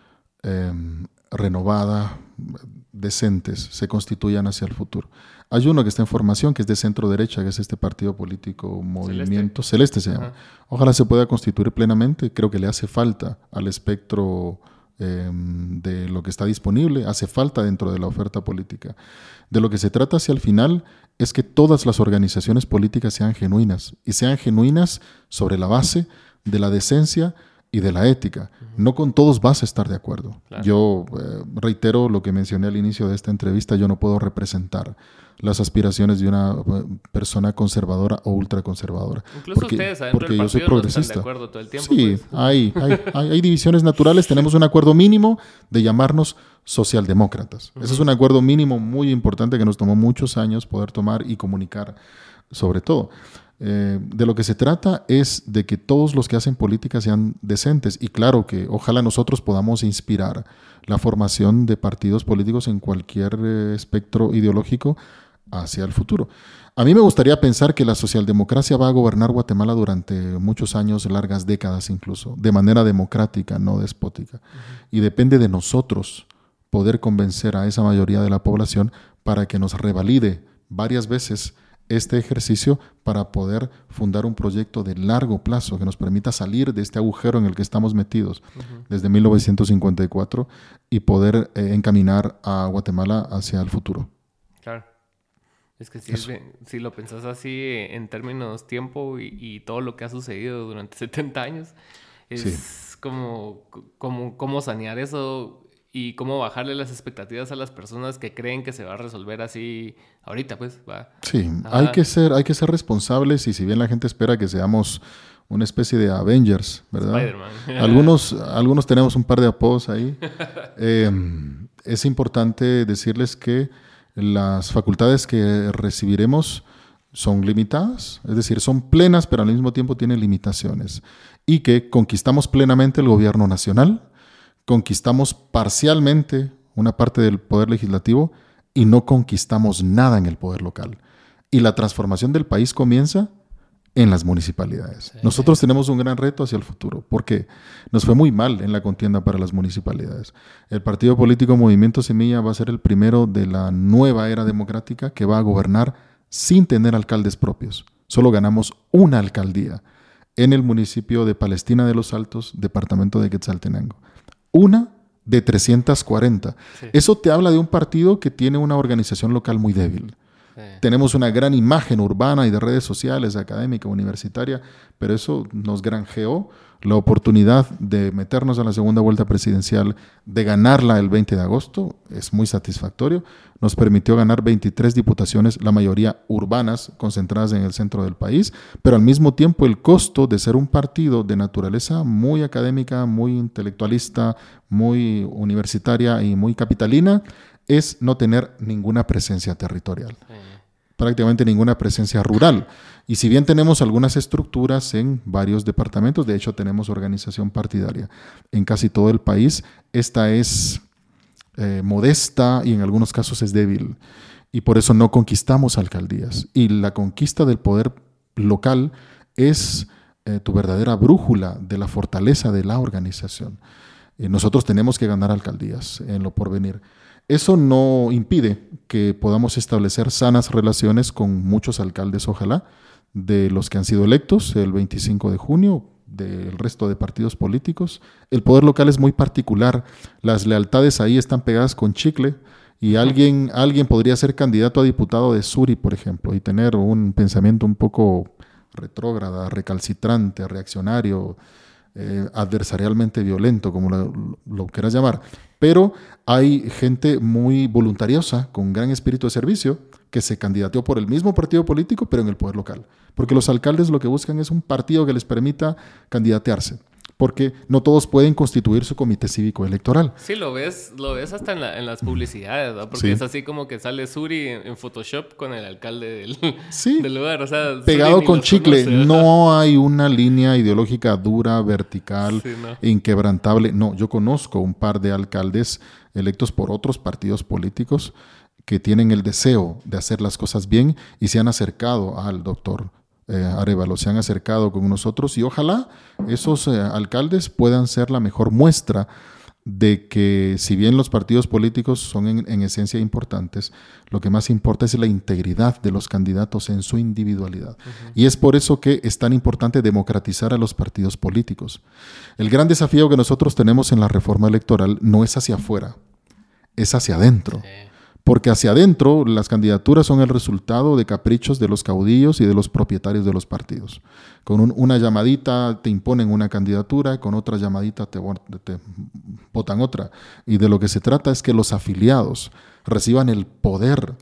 renovada, decentes, se constituyan hacia el futuro. Hay uno que está en formación, que es de centro derecha, que es este partido político Movimiento Celeste se llama. Ojalá se pueda constituir plenamente. Creo que le hace falta al espectro de lo que está disponible, hace falta dentro de la oferta política. De lo que se trata hacia el final es que todas las organizaciones políticas sean genuinas, y sean genuinas sobre la base de la decencia y de la ética. No con todos vas a estar de acuerdo. Claro. Yo reitero lo que mencioné al inicio de esta entrevista, yo no puedo representar las aspiraciones de una persona conservadora o ultraconservadora. Incluso ustedes adentro del partido no están de acuerdo todo el tiempo. Sí, pues. hay divisiones naturales. Tenemos un acuerdo mínimo de llamarnos socialdemócratas. Ese es un acuerdo mínimo muy importante que nos tomó muchos años poder tomar y comunicar, sobre todo. De lo que se trata es de que todos los que hacen política sean decentes, y claro que ojalá nosotros podamos inspirar la formación de partidos políticos en cualquier espectro ideológico hacia el futuro. A mí me gustaría pensar que la socialdemocracia va a gobernar Guatemala durante muchos años, largas décadas incluso, de manera democrática, no despótica. Y depende de nosotros poder convencer a esa mayoría de la población para que nos revalide varias veces este ejercicio para poder fundar un proyecto de largo plazo que nos permita salir de este agujero en el que estamos metidos desde 1954 y poder encaminar a Guatemala hacia el futuro. Claro. Es que si lo pensás así en términos tiempo y todo lo que ha sucedido durante 70 años, es como sanear eso y cómo bajarle las expectativas a las personas que creen que se va a resolver así ahorita, pues. Va. Sí, hay que ser responsables, y si bien la gente espera que seamos una especie de Avengers, ¿verdad? Spider-Man. Algunos tenemos un par de apodos ahí. Es importante decirles que las facultades que recibiremos son limitadas, es decir, son plenas, pero al mismo tiempo tienen limitaciones, y que conquistamos plenamente el gobierno nacional, conquistamos parcialmente una parte del poder legislativo y no conquistamos nada en el poder local. Y la transformación del país comienza en las municipalidades. Sí. Nosotros tenemos un gran reto hacia el futuro, porque nos fue muy mal en la contienda para las municipalidades. El partido político Movimiento Semilla va a ser el primero de la nueva era democrática que va a gobernar sin tener alcaldes propios. Solo ganamos una alcaldía en el municipio de Palestina de los Altos, departamento de Quetzaltenango. Una de 340. Sí. Eso te habla de un partido que tiene una organización local muy débil. Sí. Tenemos una gran imagen urbana y de redes sociales, académica, universitaria, pero eso nos granjeó la oportunidad de meternos a la segunda vuelta presidencial, de ganarla el 20 de agosto. Es muy satisfactorio. Nos permitió ganar 23 diputaciones, la mayoría urbanas, concentradas en el centro del país, pero al mismo tiempo el costo de ser un partido de naturaleza muy académica, muy intelectualista, muy universitaria y muy capitalina es no tener ninguna presencia territorial. Prácticamente ninguna presencia rural. Y si bien tenemos algunas estructuras en varios departamentos, de hecho tenemos organización partidaria en casi todo el país, esta es modesta y en algunos casos es débil. Y por eso no conquistamos alcaldías. Y la conquista del poder local es tu verdadera brújula de la fortaleza de la organización. Nosotros tenemos que ganar alcaldías en lo porvenir. Eso no impide que podamos establecer sanas relaciones con muchos alcaldes, ojalá, de los que han sido electos el 25 de junio, del resto de partidos políticos. El poder local es muy particular. Las lealtades ahí están pegadas con chicle y alguien podría ser candidato a diputado de Suri, por ejemplo, y tener un pensamiento un poco retrógrada, recalcitrante, reaccionario, adversarialmente violento, como lo quieras llamar. Pero hay gente muy voluntariosa, con gran espíritu de servicio, que se candidateó por el mismo partido político, pero en el poder local. Porque los alcaldes lo que buscan es un partido que les permita candidatearse. Porque no todos pueden constituir su comité cívico electoral. Sí, lo ves hasta en las publicidades, ¿no? Porque sí, es así como que sale Suri en Photoshop con el alcalde del lugar. O sea, pegado con chicle. Conoce, no hay una línea ideológica dura, vertical, sí, no, inquebrantable. No, yo conozco un par de alcaldes electos por otros partidos políticos que tienen el deseo de hacer las cosas bien y se han acercado al doctor Arévalo, se han acercado con nosotros y ojalá esos alcaldes puedan ser la mejor muestra de que si bien los partidos políticos son en esencia importantes, lo que más importa es la integridad de los candidatos en su individualidad. Y es por eso que es tan importante democratizar a los partidos políticos. El gran desafío que nosotros tenemos en la reforma electoral no es hacia afuera, es hacia adentro. Sí. Porque hacia adentro las candidaturas son el resultado de caprichos de los caudillos y de los propietarios de los partidos. Con una llamadita te imponen una candidatura, con otra llamadita te votan otra. Y de lo que se trata es que los afiliados reciban el poder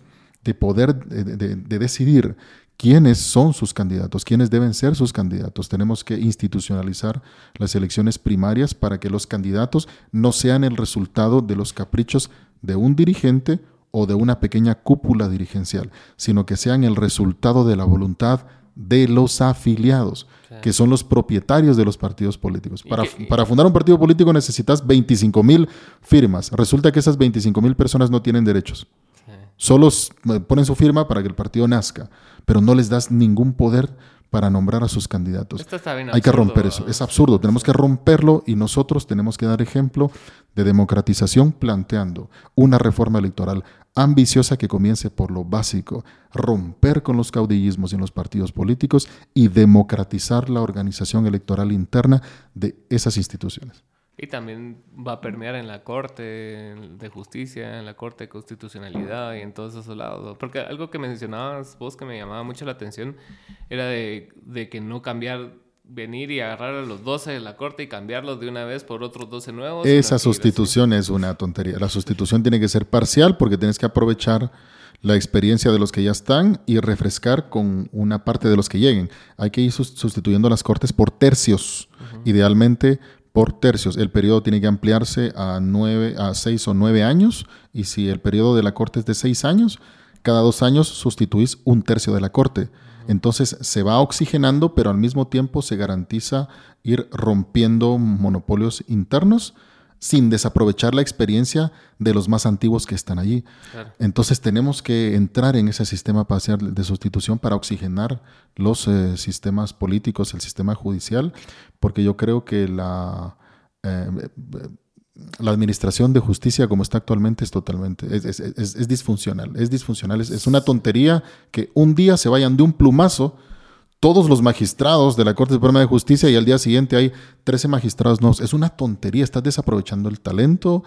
de decidir quiénes son sus candidatos, quiénes deben ser sus candidatos. Tenemos que institucionalizar las elecciones primarias para que los candidatos no sean el resultado de los caprichos de un dirigente o de una pequeña cúpula dirigencial, sino que sean el resultado de la voluntad de los afiliados, sí, que son los propietarios de los partidos políticos. Para fundar un partido político necesitas 25,000 firmas. Resulta que esas 25,000 personas no tienen derechos. Sí. Solo ponen su firma para que el partido nazca, pero no les das ningún poder para nombrar a sus candidatos. Esto está bien absurdo. Hay que romper eso. Es absurdo. Tenemos que romperlo y nosotros tenemos que dar ejemplo de democratización planteando una reforma electoral ambiciosa que comience por lo básico, romper con los caudillismos en los partidos políticos y democratizar la organización electoral interna de esas instituciones. Y también va a permear en la Corte de Justicia, en la Corte de Constitucionalidad y en todos esos lados. Porque algo que mencionabas vos que me llamaba mucho la atención era de que no cambiar, venir y agarrar a los 12 de la Corte y cambiarlos de una vez por otros 12 nuevos. Esa sustitución es una tontería. La sustitución tiene que ser parcial porque tienes que aprovechar la experiencia de los que ya están y refrescar con una parte de los que lleguen. Hay que ir sustituyendo las Cortes por tercios, idealmente por tercios. El periodo tiene que ampliarse a 6 o 9 años y si el periodo de la Corte es de 6 años, cada 2 años sustituís un tercio de la Corte. Entonces se va oxigenando, pero al mismo tiempo se garantiza ir rompiendo monopolios internos sin desaprovechar la experiencia de los más antiguos que están allí. Claro. Entonces tenemos que entrar en ese sistema parcial de sustitución para oxigenar los sistemas políticos, el sistema judicial, porque yo creo que la administración de justicia como está actualmente es disfuncional. Es una tontería que un día se vayan de un plumazo todos los magistrados de la Corte Suprema de Justicia y al día siguiente hay 13 magistrados nuevos. Es una tontería, estás desaprovechando el talento.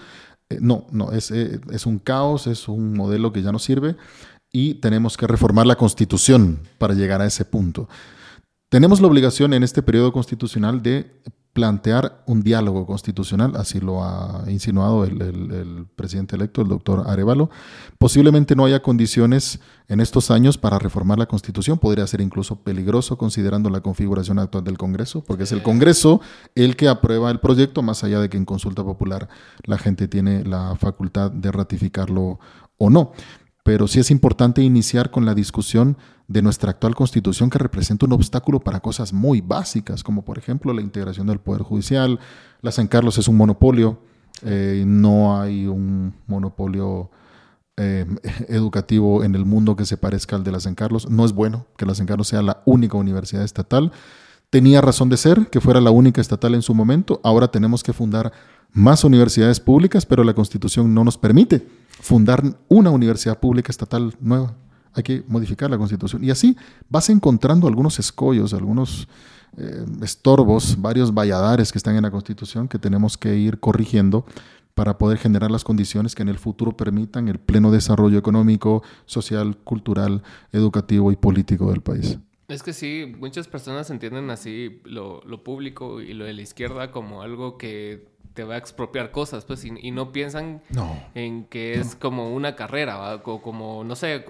Es un caos, es un modelo que ya no sirve y tenemos que reformar la Constitución para llegar a ese punto. Tenemos la obligación en este periodo constitucional de plantear un diálogo constitucional, así lo ha insinuado el presidente electo, el doctor Arévalo. Posiblemente no haya condiciones en estos años para reformar la Constitución, podría ser incluso peligroso considerando la configuración actual del Congreso, porque es el Congreso el que aprueba el proyecto, más allá de que en consulta popular la gente tiene la facultad de ratificarlo o no. Pero sí es importante iniciar con la discusión de nuestra actual Constitución, que representa un obstáculo para cosas muy básicas, como por ejemplo la integración del Poder Judicial. La San Carlos es un monopolio, no hay un monopolio educativo en el mundo que se parezca al de la San Carlos. No es bueno que la San Carlos sea la única universidad estatal. Tenía razón de ser que fuera la única estatal en su momento. Ahora tenemos que fundar más universidades públicas, pero la Constitución no nos permite fundar una universidad pública estatal nueva. Hay que modificar la Constitución. Y así vas encontrando algunos escollos, algunos estorbos, varios valladares que están en la Constitución que tenemos que ir corrigiendo para poder generar las condiciones que en el futuro permitan el pleno desarrollo económico, social, cultural, educativo y político del país. Es que sí, muchas personas entienden así lo público y lo de la izquierda como algo que te va a expropiar cosas, pues, y no piensan en que es como una carrera, ¿va? O como, no sé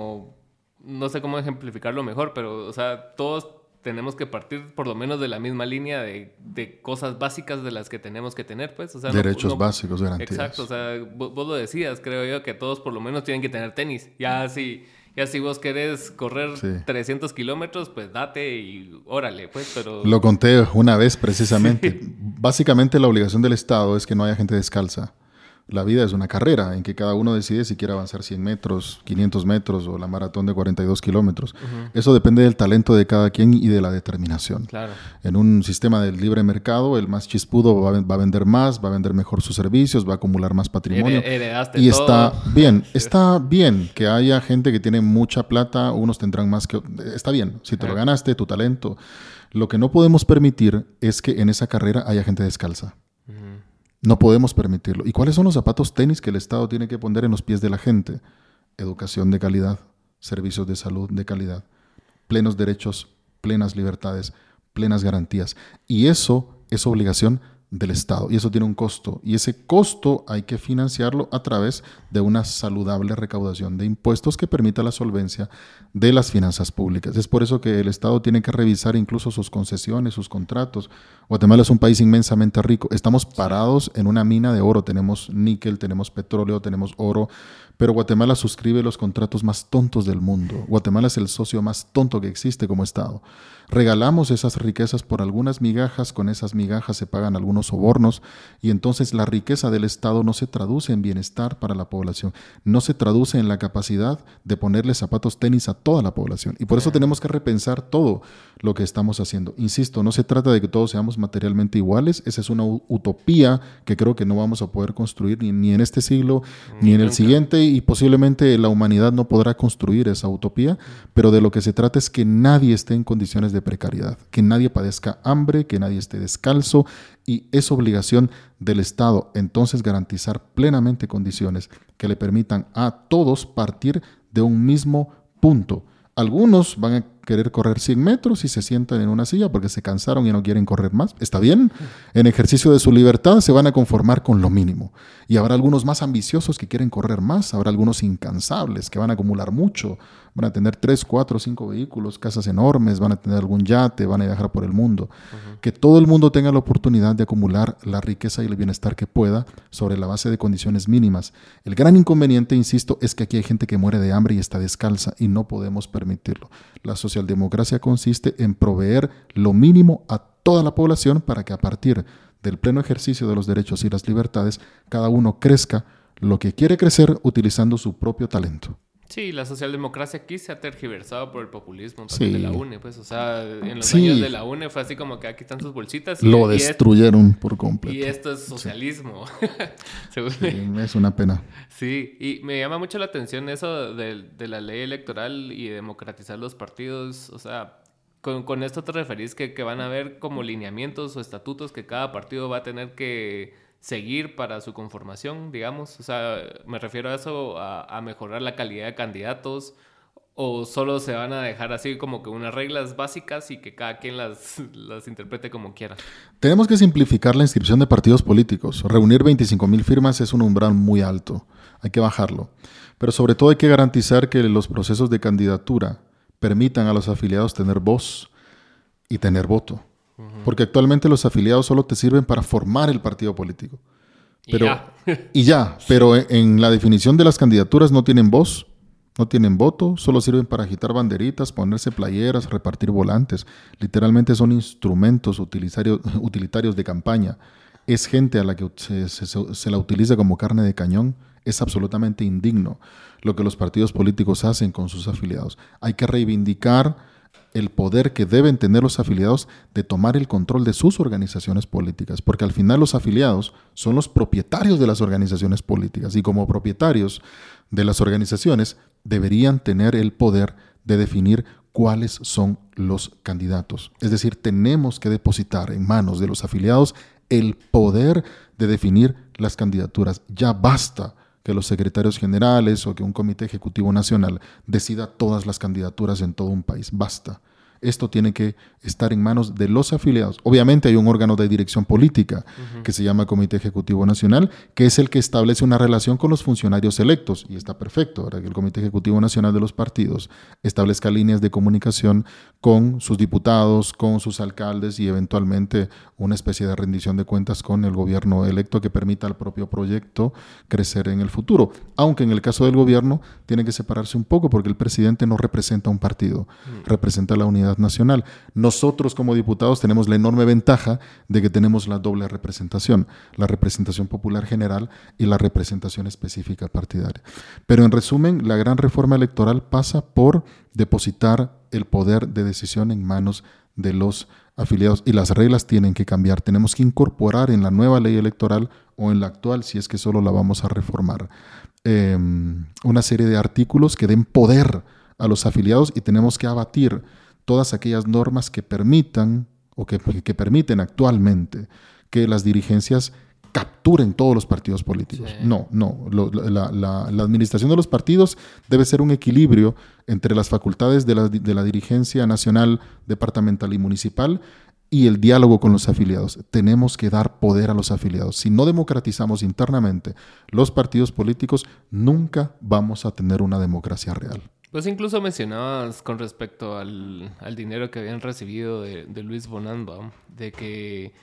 cómo ejemplificarlo mejor, pero, o sea, todos tenemos que partir por lo menos de la misma línea de cosas básicas de las que tenemos que tener, pues. O sea, derechos básicos, garantías. Exacto, o sea, vos lo decías, creo yo, que todos por lo menos tienen que tener tenis. Ya si vos querés correr 300 kilómetros, pues date y órale, pues, pero... Lo conté una vez precisamente. Sí. Básicamente la obligación del Estado es que no haya gente descalza. La vida es una carrera en que cada uno decide si quiere avanzar 100 metros, 500 metros o la maratón de 42 kilómetros. Eso depende del talento de cada quien y de la determinación. Claro. En un sistema del libre mercado, el más chispudo va a vender más, va a vender mejor sus servicios, va a acumular más patrimonio. Heredaste y todo. está bien que haya gente que tiene mucha plata, unos tendrán más que... Está bien, si te lo ganaste, tu talento. Lo que no podemos permitir es que en esa carrera haya gente descalza. No podemos permitirlo. ¿Y cuáles son los zapatos tenis que el Estado tiene que poner en los pies de la gente? Educación de calidad, servicios de salud de calidad, plenos derechos, plenas libertades, plenas garantías. Y eso es obligación del Estado. Y eso tiene un costo. Y ese costo hay que financiarlo a través de una saludable recaudación de impuestos que permita la solvencia de las finanzas públicas. Es por eso que el Estado tiene que revisar incluso sus concesiones, sus contratos. Guatemala es un país inmensamente rico. Estamos parados en una mina de oro. Tenemos níquel, tenemos petróleo, tenemos oro. Pero Guatemala suscribe los contratos más tontos del mundo. Guatemala es el socio más tonto que existe como Estado. Regalamos esas riquezas por algunas migajas, con esas migajas se pagan algunos sobornos y entonces la riqueza del Estado no se traduce en bienestar para la población, no se traduce en la capacidad de ponerle zapatos tenis a toda la población. Y por eso tenemos que repensar todo lo que estamos haciendo. Insisto, no se trata de que todos seamos materialmente iguales, esa es una utopía que creo que no vamos a poder construir ni en este siglo ni en el siguiente, y posiblemente la humanidad no podrá construir esa utopía, pero de lo que se trata es que nadie esté en condiciones de precariedad, que nadie padezca hambre, que nadie esté descalzo, y es obligación del Estado entonces garantizar plenamente condiciones que le permitan a todos partir de un mismo punto. Algunos van a querer correr 100 metros y se sientan en una silla porque se cansaron y no quieren correr más. Está bien. En ejercicio de su libertad se van a conformar con lo mínimo. Y habrá algunos más ambiciosos que quieren correr más. Habrá algunos incansables que van a acumular mucho. Van a tener 3, 4, 5 vehículos, casas enormes, van a tener algún yate, van a viajar por el mundo. Que todo el mundo tenga la oportunidad de acumular la riqueza y el bienestar que pueda sobre la base de condiciones mínimas. El gran inconveniente, insisto, es que aquí hay gente que muere de hambre y está descalza y no podemos permitirlo. La socialdemocracia consiste en proveer lo mínimo a toda la población para que a partir del pleno ejercicio de los derechos y las libertades, cada uno crezca lo que quiere crecer utilizando su propio talento. Sí, la socialdemocracia aquí se ha tergiversado por el populismo también de la UNE, pues, o sea, en los Sí. años de la UNE fue así como que aquí están sus bolsitas. Lo destruyeron por completo. Y esto es socialismo. Sí, es una pena. Sí, y me llama mucho la atención eso de la ley electoral y democratizar los partidos, o sea, con esto te referís que van a haber como lineamientos o estatutos que cada partido va a tener que seguir para su conformación, digamos. O sea, me refiero a eso, a mejorar la calidad de candidatos, o solo se van a dejar así como que unas reglas básicas y que cada quien las interprete como quiera. Tenemos que simplificar la inscripción de partidos políticos. Reunir 25,000 firmas es un umbral muy alto. Hay que bajarlo. Pero sobre todo hay que garantizar que los procesos de candidatura permitan a los afiliados tener voz y tener voto. Porque actualmente los afiliados solo te sirven para formar el partido político. Pero en la definición de las candidaturas no tienen voz, no tienen voto, solo sirven para agitar banderitas, ponerse playeras, repartir volantes. Literalmente son instrumentos utilitarios de campaña. Es gente a la que se la utiliza como carne de cañón. Es absolutamente indigno lo que los partidos políticos hacen con sus afiliados. Hay que reivindicar el poder que deben tener los afiliados de tomar el control de sus organizaciones políticas, porque al final los afiliados son los propietarios de las organizaciones políticas y como propietarios de las organizaciones deberían tener el poder de definir cuáles son los candidatos. Es decir, tenemos que depositar en manos de los afiliados el poder de definir las candidaturas. Ya basta que los secretarios generales o que un comité ejecutivo nacional decida todas las candidaturas en todo un país. Basta. Esto tiene que estar en manos de los afiliados. Obviamente hay un órgano de dirección política que se llama Comité Ejecutivo Nacional, que es el que establece una relación con los funcionarios electos. Y está perfecto, ¿verdad? Que el Comité Ejecutivo Nacional de los partidos establezca líneas de comunicación con sus diputados, con sus alcaldes y eventualmente una especie de rendición de cuentas con el gobierno electo que permita al propio proyecto crecer en el futuro. Aunque en el caso del gobierno tiene que separarse un poco porque el presidente no representa un partido, representa la unidad nacional. Nosotros como diputados tenemos la enorme ventaja de que tenemos la doble representación, la representación popular general y la representación específica partidaria. Pero en resumen, la gran reforma electoral pasa por depositar el poder de decisión en manos de los afiliados y las reglas tienen que cambiar. Tenemos que incorporar en la nueva ley electoral o en la actual, si es que solo la vamos a reformar, una serie de artículos que den poder a los afiliados y tenemos que abatir todas aquellas normas que permitan o que permiten actualmente que las dirigencias capturen todos los partidos políticos. Sí. No. La administración de los partidos debe ser un equilibrio entre las facultades de la dirigencia nacional, departamental y municipal y el diálogo con los afiliados. Tenemos que dar poder a los afiliados. Si no democratizamos internamente los partidos políticos, nunca vamos a tener una democracia real. Pues incluso mencionabas con respecto al dinero que habían recibido de Luis Bonanno, de que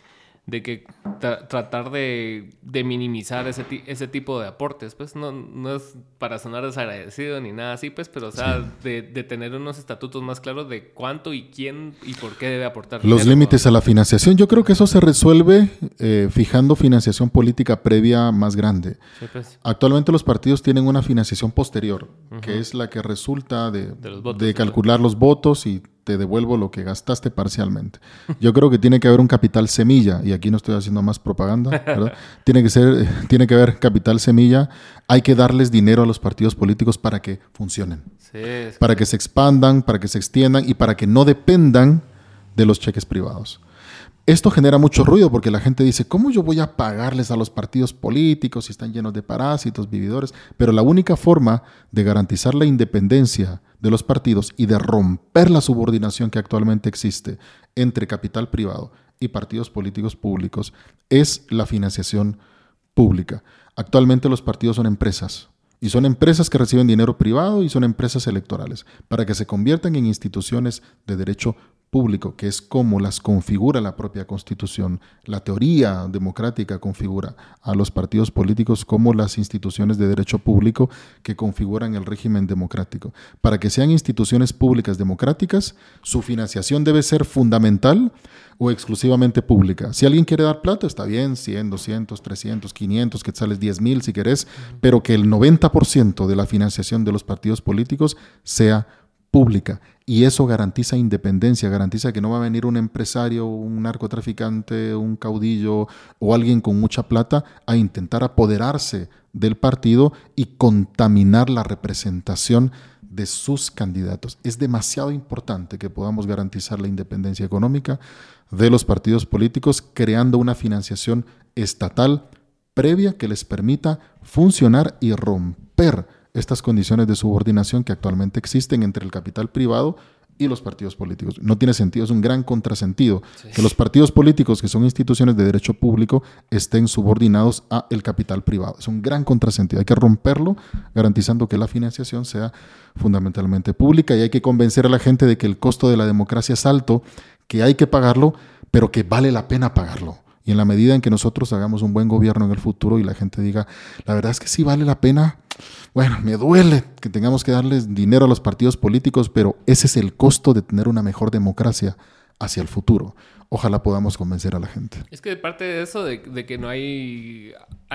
tratar de minimizar ese tipo de aportes, pues no es para sonar desagradecido ni nada así, pues, pero o sea, sí, de tener unos estatutos más claros de cuánto y quién y por qué debe aportar. Los límites a la financiación, yo creo que eso se resuelve fijando financiación política previa más grande. Sí, pues. Actualmente los partidos tienen una financiación posterior, que es la que resulta de calcular los votos y te devuelvo lo que gastaste parcialmente. Yo creo que tiene que haber un capital semilla, y aquí no estoy haciendo más propaganda, ¿verdad? Tiene que haber capital semilla. Hay que darles dinero a los partidos políticos para que funcionen, sí, para que se expandan, para que se extiendan y para que no dependan de los cheques privados. Esto genera mucho ruido porque la gente dice, ¿cómo yo voy a pagarles a los partidos políticos si están llenos de parásitos, vividores? Pero la única forma de garantizar la independencia de los partidos y de romper la subordinación que actualmente existe entre capital privado y partidos políticos públicos es la financiación pública. Actualmente los partidos son empresas. Y son empresas que reciben dinero privado y son empresas electorales para que se conviertan en instituciones de derecho público, que es como las configura la propia Constitución. La teoría democrática configura a los partidos políticos como las instituciones de derecho público que configuran el régimen democrático. Para que sean instituciones públicas democráticas, su financiación debe ser fundamental o exclusivamente pública. Si alguien quiere dar plata, está bien, 100, 200, 300, 500, que sales 10,000 si querés, pero que el 90% de la financiación de los partidos políticos sea pública. Y eso garantiza independencia, garantiza que no va a venir un empresario, un narcotraficante, un caudillo o alguien con mucha plata a intentar apoderarse del partido y contaminar la representación de sus candidatos. Es demasiado importante que podamos garantizar la independencia económica de los partidos políticos creando una financiación estatal previa que les permita funcionar y romper estas condiciones de subordinación que actualmente existen entre el capital privado y los partidos políticos. No tiene sentido, es un gran contrasentido que los partidos políticos, que son instituciones de derecho público, estén subordinados al capital privado. Es un gran contrasentido. Hay que romperlo garantizando que la financiación sea fundamentalmente pública y hay que convencer a la gente de que el costo de la democracia es alto, que hay que pagarlo, pero que vale la pena pagarlo. Y en la medida en que nosotros hagamos un buen gobierno en el futuro y la gente diga, la verdad es que sí vale la pena, bueno, me duele que tengamos que darles dinero a los partidos políticos, pero ese es el costo de tener una mejor democracia hacia el futuro. Ojalá podamos convencer a la gente. Es que parte de eso, de que no hay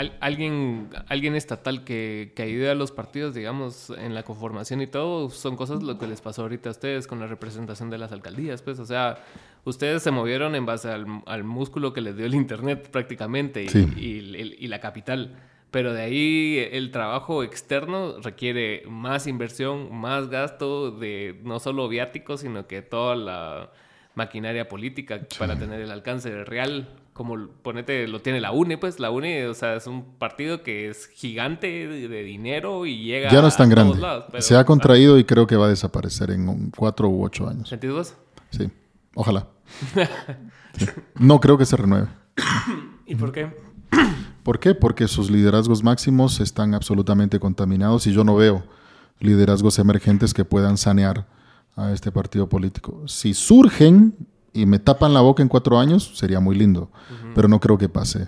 alguien estatal que ayude a los partidos, digamos, en la conformación y todo, son cosas lo que les pasó ahorita a ustedes con la representación de las alcaldías, pues, o sea, ustedes se movieron en base al músculo que les dio el internet prácticamente y la capital. Pero de ahí el trabajo externo requiere más inversión, más gasto de no solo viáticos, sino que toda la maquinaria política para tener el alcance real. Como ponete, lo tiene la UNE, pues la UNE, o sea, es un partido que es gigante de dinero y llega ya no es tan a grande. Todos lados. Pero, se ha contraído y creo que va a desaparecer en 4 u 8 años. ¿Sentido vos? Sí, ojalá. Sí. No creo que se renueve. ¿Y por qué? ¿Por qué? Porque sus liderazgos máximos están absolutamente contaminados y yo no veo liderazgos emergentes que puedan sanear a este partido político. Si surgen y me tapan la boca en 4 años, sería muy lindo, pero no creo que pase.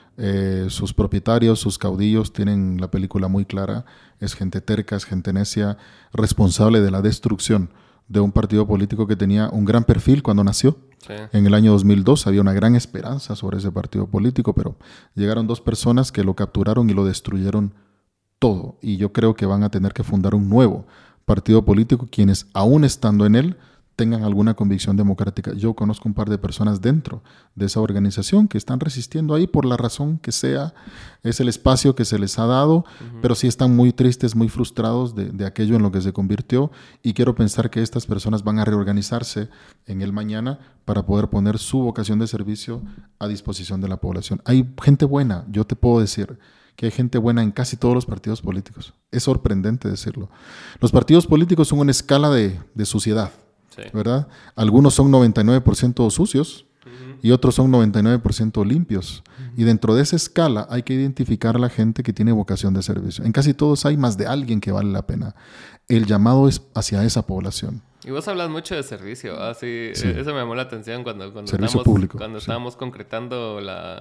Sus propietarios, sus caudillos tienen la película muy clara, es gente terca, es gente necia, responsable de la destrucción de un partido político que tenía un gran perfil cuando nació. Sí. En el año 2002 había una gran esperanza sobre ese partido político, pero llegaron 2 personas que lo capturaron y lo destruyeron todo. Y yo creo que van a tener que fundar un nuevo partido político, quienes aún estando en él tengan alguna convicción democrática. Yo conozco un par de personas dentro de esa organización que están resistiendo ahí por la razón que sea, es el espacio que se les ha dado, pero sí están muy tristes, muy frustrados de aquello en lo que se convirtió, y quiero pensar que estas personas van a reorganizarse en el mañana para poder poner su vocación de servicio a disposición de la población. Hay gente buena, yo te puedo decir que hay gente buena en casi todos los partidos políticos. Es sorprendente decirlo. Los partidos políticos son una escala de suciedad. Sí. ¿Verdad? Algunos son 99% sucios y otros son 99% limpios. Y dentro de esa escala hay que identificar a la gente que tiene vocación de servicio. En casi todos hay más de alguien que vale la pena. El llamado es hacia esa población. Y vos hablas mucho de servicio. Sí. Eso me llamó la atención cuando estábamos concretando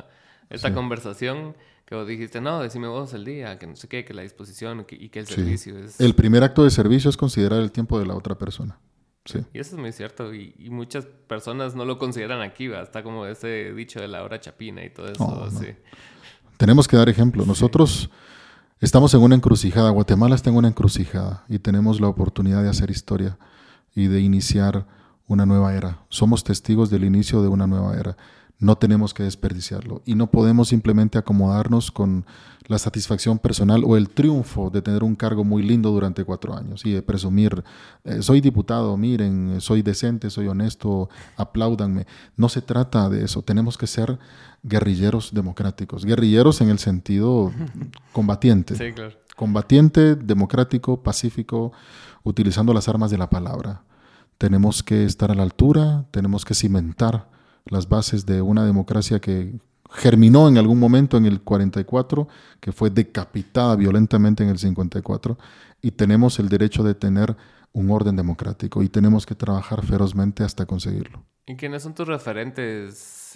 esta conversación, que vos dijiste, no, decime vos el día, que no sé qué, que la disposición y que el servicio es... El primer acto de servicio es considerar el tiempo de la otra persona. Sí. Y eso es muy cierto, y muchas personas no lo consideran aquí, ¿va? Está como ese dicho de la hora chapina y todo eso. No. Sí. Tenemos que dar ejemplo. Nosotros estamos en una encrucijada, Guatemala está en una encrucijada y tenemos la oportunidad de hacer historia y de iniciar una nueva era. Somos testigos del inicio de una nueva era. No tenemos que desperdiciarlo y no podemos simplemente acomodarnos con la satisfacción personal o el triunfo de tener un cargo muy lindo durante 4 años y de presumir, soy diputado, miren, soy decente, soy honesto, apláudanme. No se trata de eso, tenemos que ser guerrilleros democráticos, guerrilleros en el sentido combatiente. Sí, claro. Combatiente, democrático, pacífico, utilizando las armas de la palabra. Tenemos que estar a la altura, tenemos que cimentar las bases de una democracia que germinó en algún momento en el 44, que fue decapitada violentamente en el 54, y tenemos el derecho de tener un orden democrático y tenemos que trabajar ferozmente hasta conseguirlo. ¿Y quiénes son tus referentes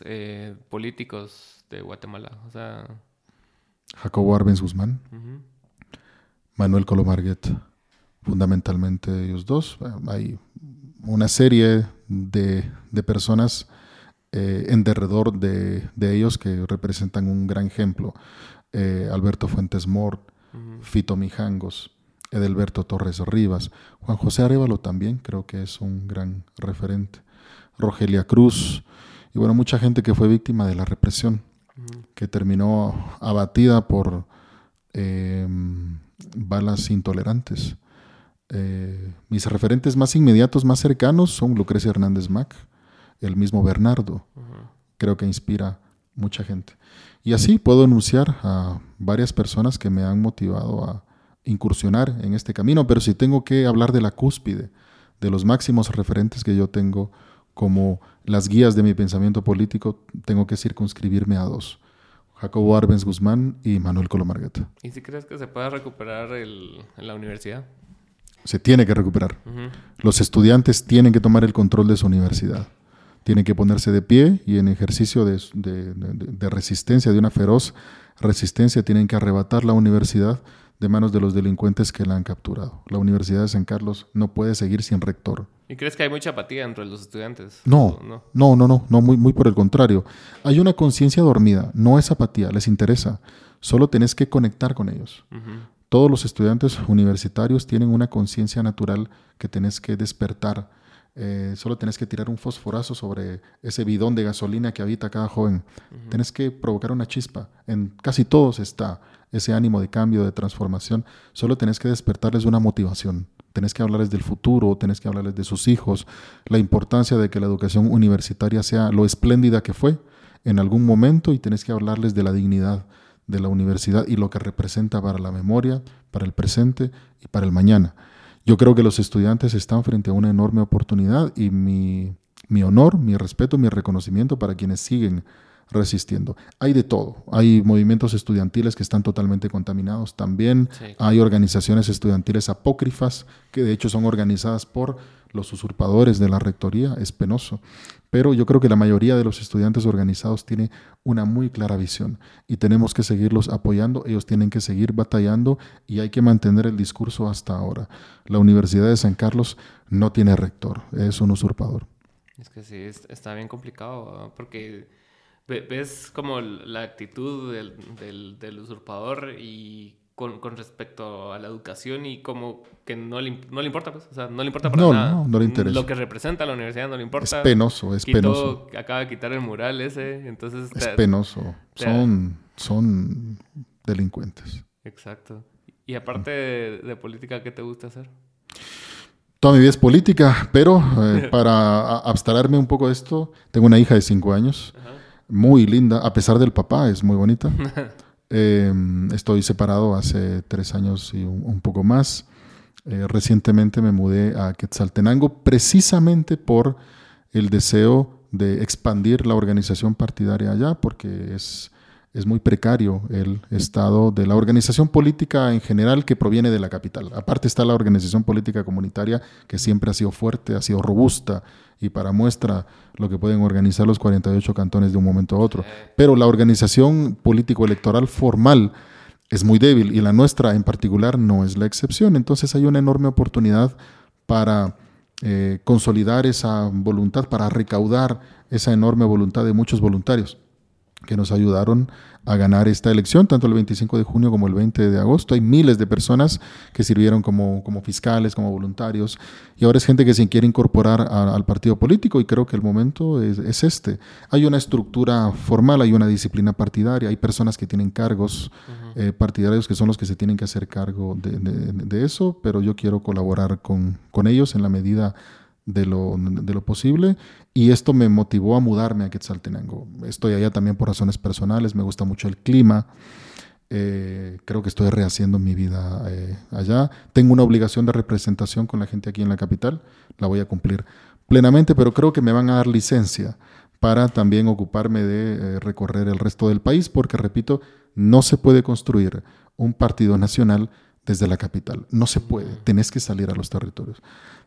políticos de Guatemala? O sea... Jacobo Arbenz Guzmán, Manuel Colomarguet, fundamentalmente ellos dos. Hay una serie de personas en derredor de ellos que representan un gran ejemplo. Alberto Fuentes Mort, Fito Mijangos, Edelberto Torres Rivas, Juan José Arévalo también creo que es un gran referente, Rogelia Cruz, y bueno, mucha gente que fue víctima de la represión, que terminó abatida por balas intolerantes. Mis referentes más inmediatos, más cercanos son Lucrecia Hernández Mac, el mismo Bernardo. Creo que inspira mucha gente. Y así puedo enunciar a varias personas que me han motivado a incursionar en este camino, pero si tengo que hablar de la cúspide, de los máximos referentes que yo tengo como las guías de mi pensamiento político, tengo que circunscribirme a 2. Jacobo Arbenz Guzmán y Manuel Colomarguet. ¿Y si crees que se pueda recuperar en la universidad? Se tiene que recuperar. Los estudiantes tienen que tomar el control de su universidad. Tienen que ponerse de pie y en ejercicio de resistencia, de una feroz resistencia, tienen que arrebatar la universidad de manos de los delincuentes que la han capturado. La Universidad de San Carlos no puede seguir sin rector. ¿Y crees que hay mucha apatía entre los estudiantes? No, muy por el contrario. Hay una conciencia dormida, no es apatía, les interesa. Solo tenés que conectar con ellos. Todos los estudiantes universitarios tienen una conciencia natural que tenés que despertar. Solo tenés que tirar un fosforazo sobre ese bidón de gasolina que habita cada joven. Tenés que provocar una chispa. En casi todos está ese ánimo de cambio, de transformación. Solo tenés que despertarles una motivación. Tenés que hablarles del futuro, tenés que hablarles de sus hijos, la importancia de que la educación universitaria sea lo espléndida que fue en algún momento, y tenés que hablarles de la dignidad de la universidad y lo que representa para la memoria, para el presente y para el mañana. Yo creo que los estudiantes están frente a una enorme oportunidad y mi honor, mi respeto, mi reconocimiento para quienes siguen resistiendo. Hay de todo. Hay movimientos estudiantiles que están totalmente contaminados también. Sí. Hay organizaciones estudiantiles apócrifas que de hecho son organizadas por los usurpadores de la rectoría. Es penoso. Pero yo creo que la mayoría de los estudiantes organizados tiene una muy clara visión y tenemos que seguirlos apoyando. Ellos tienen que seguir batallando y hay que mantener el discurso hasta ahora. La Universidad de San Carlos no tiene rector. Es un usurpador. Es que sí, está bien complicado, ¿verdad? Porque ves como la actitud del usurpador y con respecto a la educación y como que no le importa, pues. O sea, no le importa para nada. No le interesa. Lo que representa la universidad no le importa. Es penoso. Acaba de quitar el mural ese, entonces... Es penoso. Son delincuentes. Exacto. Y aparte de política, ¿qué te gusta hacer? Toda mi vida es política, pero para abstraerme un poco de esto, tengo una hija de 5 años, muy linda, a pesar del papá, es muy bonita. Estoy separado hace 3 años y un poco más. Recientemente me mudé a Quetzaltenango precisamente por el deseo de expandir la organización partidaria allá, porque es muy precario el estado de la organización política en general que proviene de la capital. Aparte está la organización política comunitaria que siempre ha sido fuerte, ha sido robusta y para muestra lo que pueden organizar los 48 cantones de un momento a otro. Pero la organización político-electoral formal es muy débil y la nuestra en particular no es la excepción. Entonces hay una enorme oportunidad para consolidar esa voluntad, para recaudar esa enorme voluntad de muchos voluntarios que nos ayudaron a ganar esta elección, tanto el 25 de junio como el 20 de agosto. Hay miles de personas que sirvieron como fiscales, como voluntarios, y ahora es gente que se quiere incorporar al partido político y creo que el momento es este. Hay una estructura formal, hay una disciplina partidaria, hay personas que tienen cargos partidarios que son los que se tienen que hacer cargo de eso, pero yo quiero colaborar con ellos en la medida de lo posible y esto me motivó a mudarme a Quetzaltenango. Estoy allá también por razones personales, me gusta mucho el clima, creo que estoy rehaciendo mi vida allá. Tengo una obligación de representación con la gente aquí en la capital, la voy a cumplir plenamente, pero creo que me van a dar licencia para también ocuparme de recorrer el resto del país, porque repito, no se puede construir un partido nacional desde la capital, no se puede, tenés que salir a los territorios.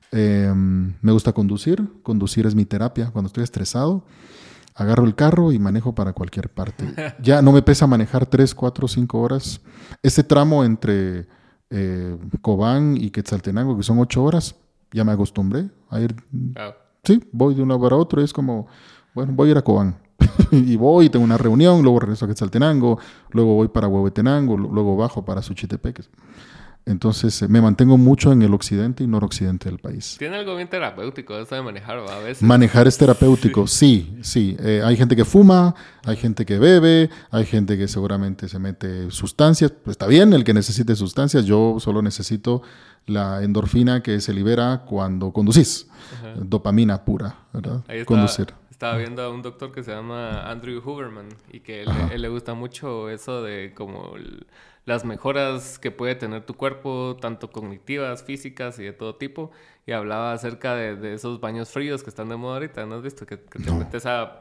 Me gusta conducir es mi terapia. Cuando estoy estresado, agarro el carro y manejo para cualquier parte. Ya no me pesa manejar 3, 4, 5 horas. Este tramo entre Cobán y Quetzaltenango, que son 8 horas, ya me acostumbré a ir. Sí, voy de un lado para otro. Es como, bueno, voy a ir a Cobán. Y voy, tengo una reunión, luego regreso a Quetzaltenango, luego voy para Huehuetenango, luego bajo para Suchitepeques. Entonces me mantengo mucho en el occidente y noroccidente del país. Tiene algo bien terapéutico eso de manejar, ¿va? A veces. Manejar es terapéutico, sí. Hay gente que fuma, hay gente que bebe, hay gente que seguramente se mete sustancias. Pues está bien el que necesite sustancias, yo solo necesito la endorfina que se libera cuando conducís. Dopamina pura, ¿verdad? Conducir. Estaba viendo a un doctor que se llama Andrew Huberman y que él le gusta mucho eso de como las mejoras que puede tener tu cuerpo, tanto cognitivas, físicas y de todo tipo. Y hablaba acerca de esos baños fríos que están de moda ahorita, ¿no has visto? Que te metes a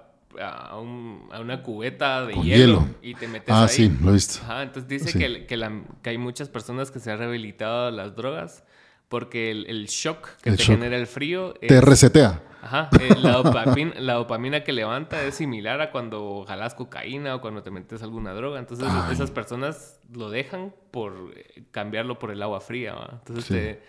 una cubeta de hielo y te metes ahí. Sí, lo he visto. Entonces dice que hay muchas personas que se han rehabilitado las drogas porque el shock que te genera el frío... te resetea. La dopamina que levanta es similar a cuando jalas cocaína o cuando te metes alguna droga. Entonces esas personas lo dejan por cambiarlo por el agua fría, ¿va? Entonces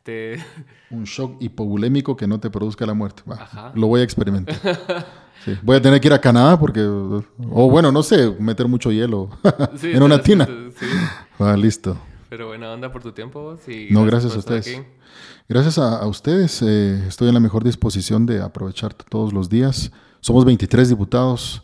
un shock hipovolémico que no te produzca la muerte. Lo voy a experimentar. Sí. Voy a tener que ir a Canadá porque... O bueno, no sé, meter mucho hielo en una tina. Sí. Listo. Pero buena onda por tu tiempo. Sí, gracias a ustedes. Gracias a ustedes. Estoy en la mejor disposición de aprovechar todos los días. Somos 23 diputados.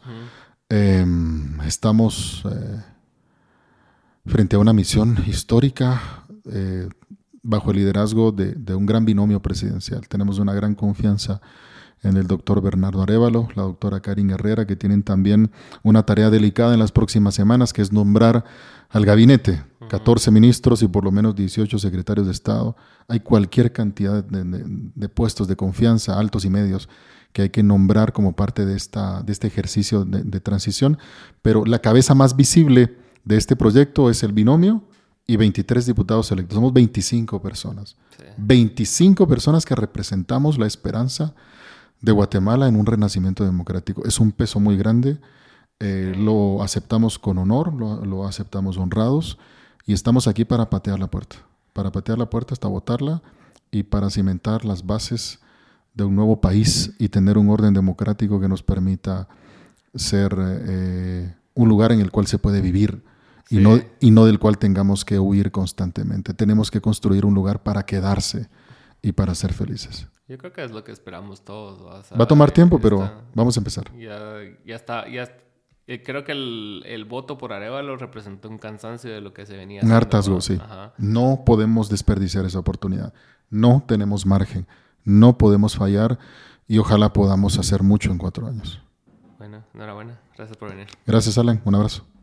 Estamos frente a una misión histórica bajo el liderazgo de un gran binomio presidencial. Tenemos una gran confianza en el doctor Bernardo Arévalo, la doctora Karin Herrera, que tienen también una tarea delicada en las próximas semanas, que es nombrar al gabinete 14 ministros y por lo menos 18 secretarios de Estado. Hay cualquier cantidad de puestos de confianza, altos y medios, que hay que nombrar como parte de este ejercicio de transición. Pero la cabeza más visible de este proyecto es el binomio y 23 diputados electos. Somos 25 personas. Sí. 25 personas que representamos la esperanza de Guatemala en un renacimiento democrático. Es un peso muy grande. Lo aceptamos con honor, lo aceptamos honrados y estamos aquí para patear la puerta hasta botarla y para cimentar las bases de un nuevo país y tener un orden democrático que nos permita ser un lugar en el cual se puede vivir. Sí. Y no del cual tengamos que huir constantemente. Tenemos que construir un lugar para quedarse y para ser felices. Yo creo que es lo que esperamos todos. O sea, va a tomar tiempo, pero vamos a empezar. Ya está. Creo que el voto por Arévalo representó un cansancio de lo que se venía haciendo. Un hartazgo, sí. Ajá. No podemos desperdiciar esa oportunidad. No tenemos margen. No podemos fallar y ojalá podamos hacer mucho en 4 años. Bueno, enhorabuena. Gracias por venir. Gracias, Alan. Un abrazo.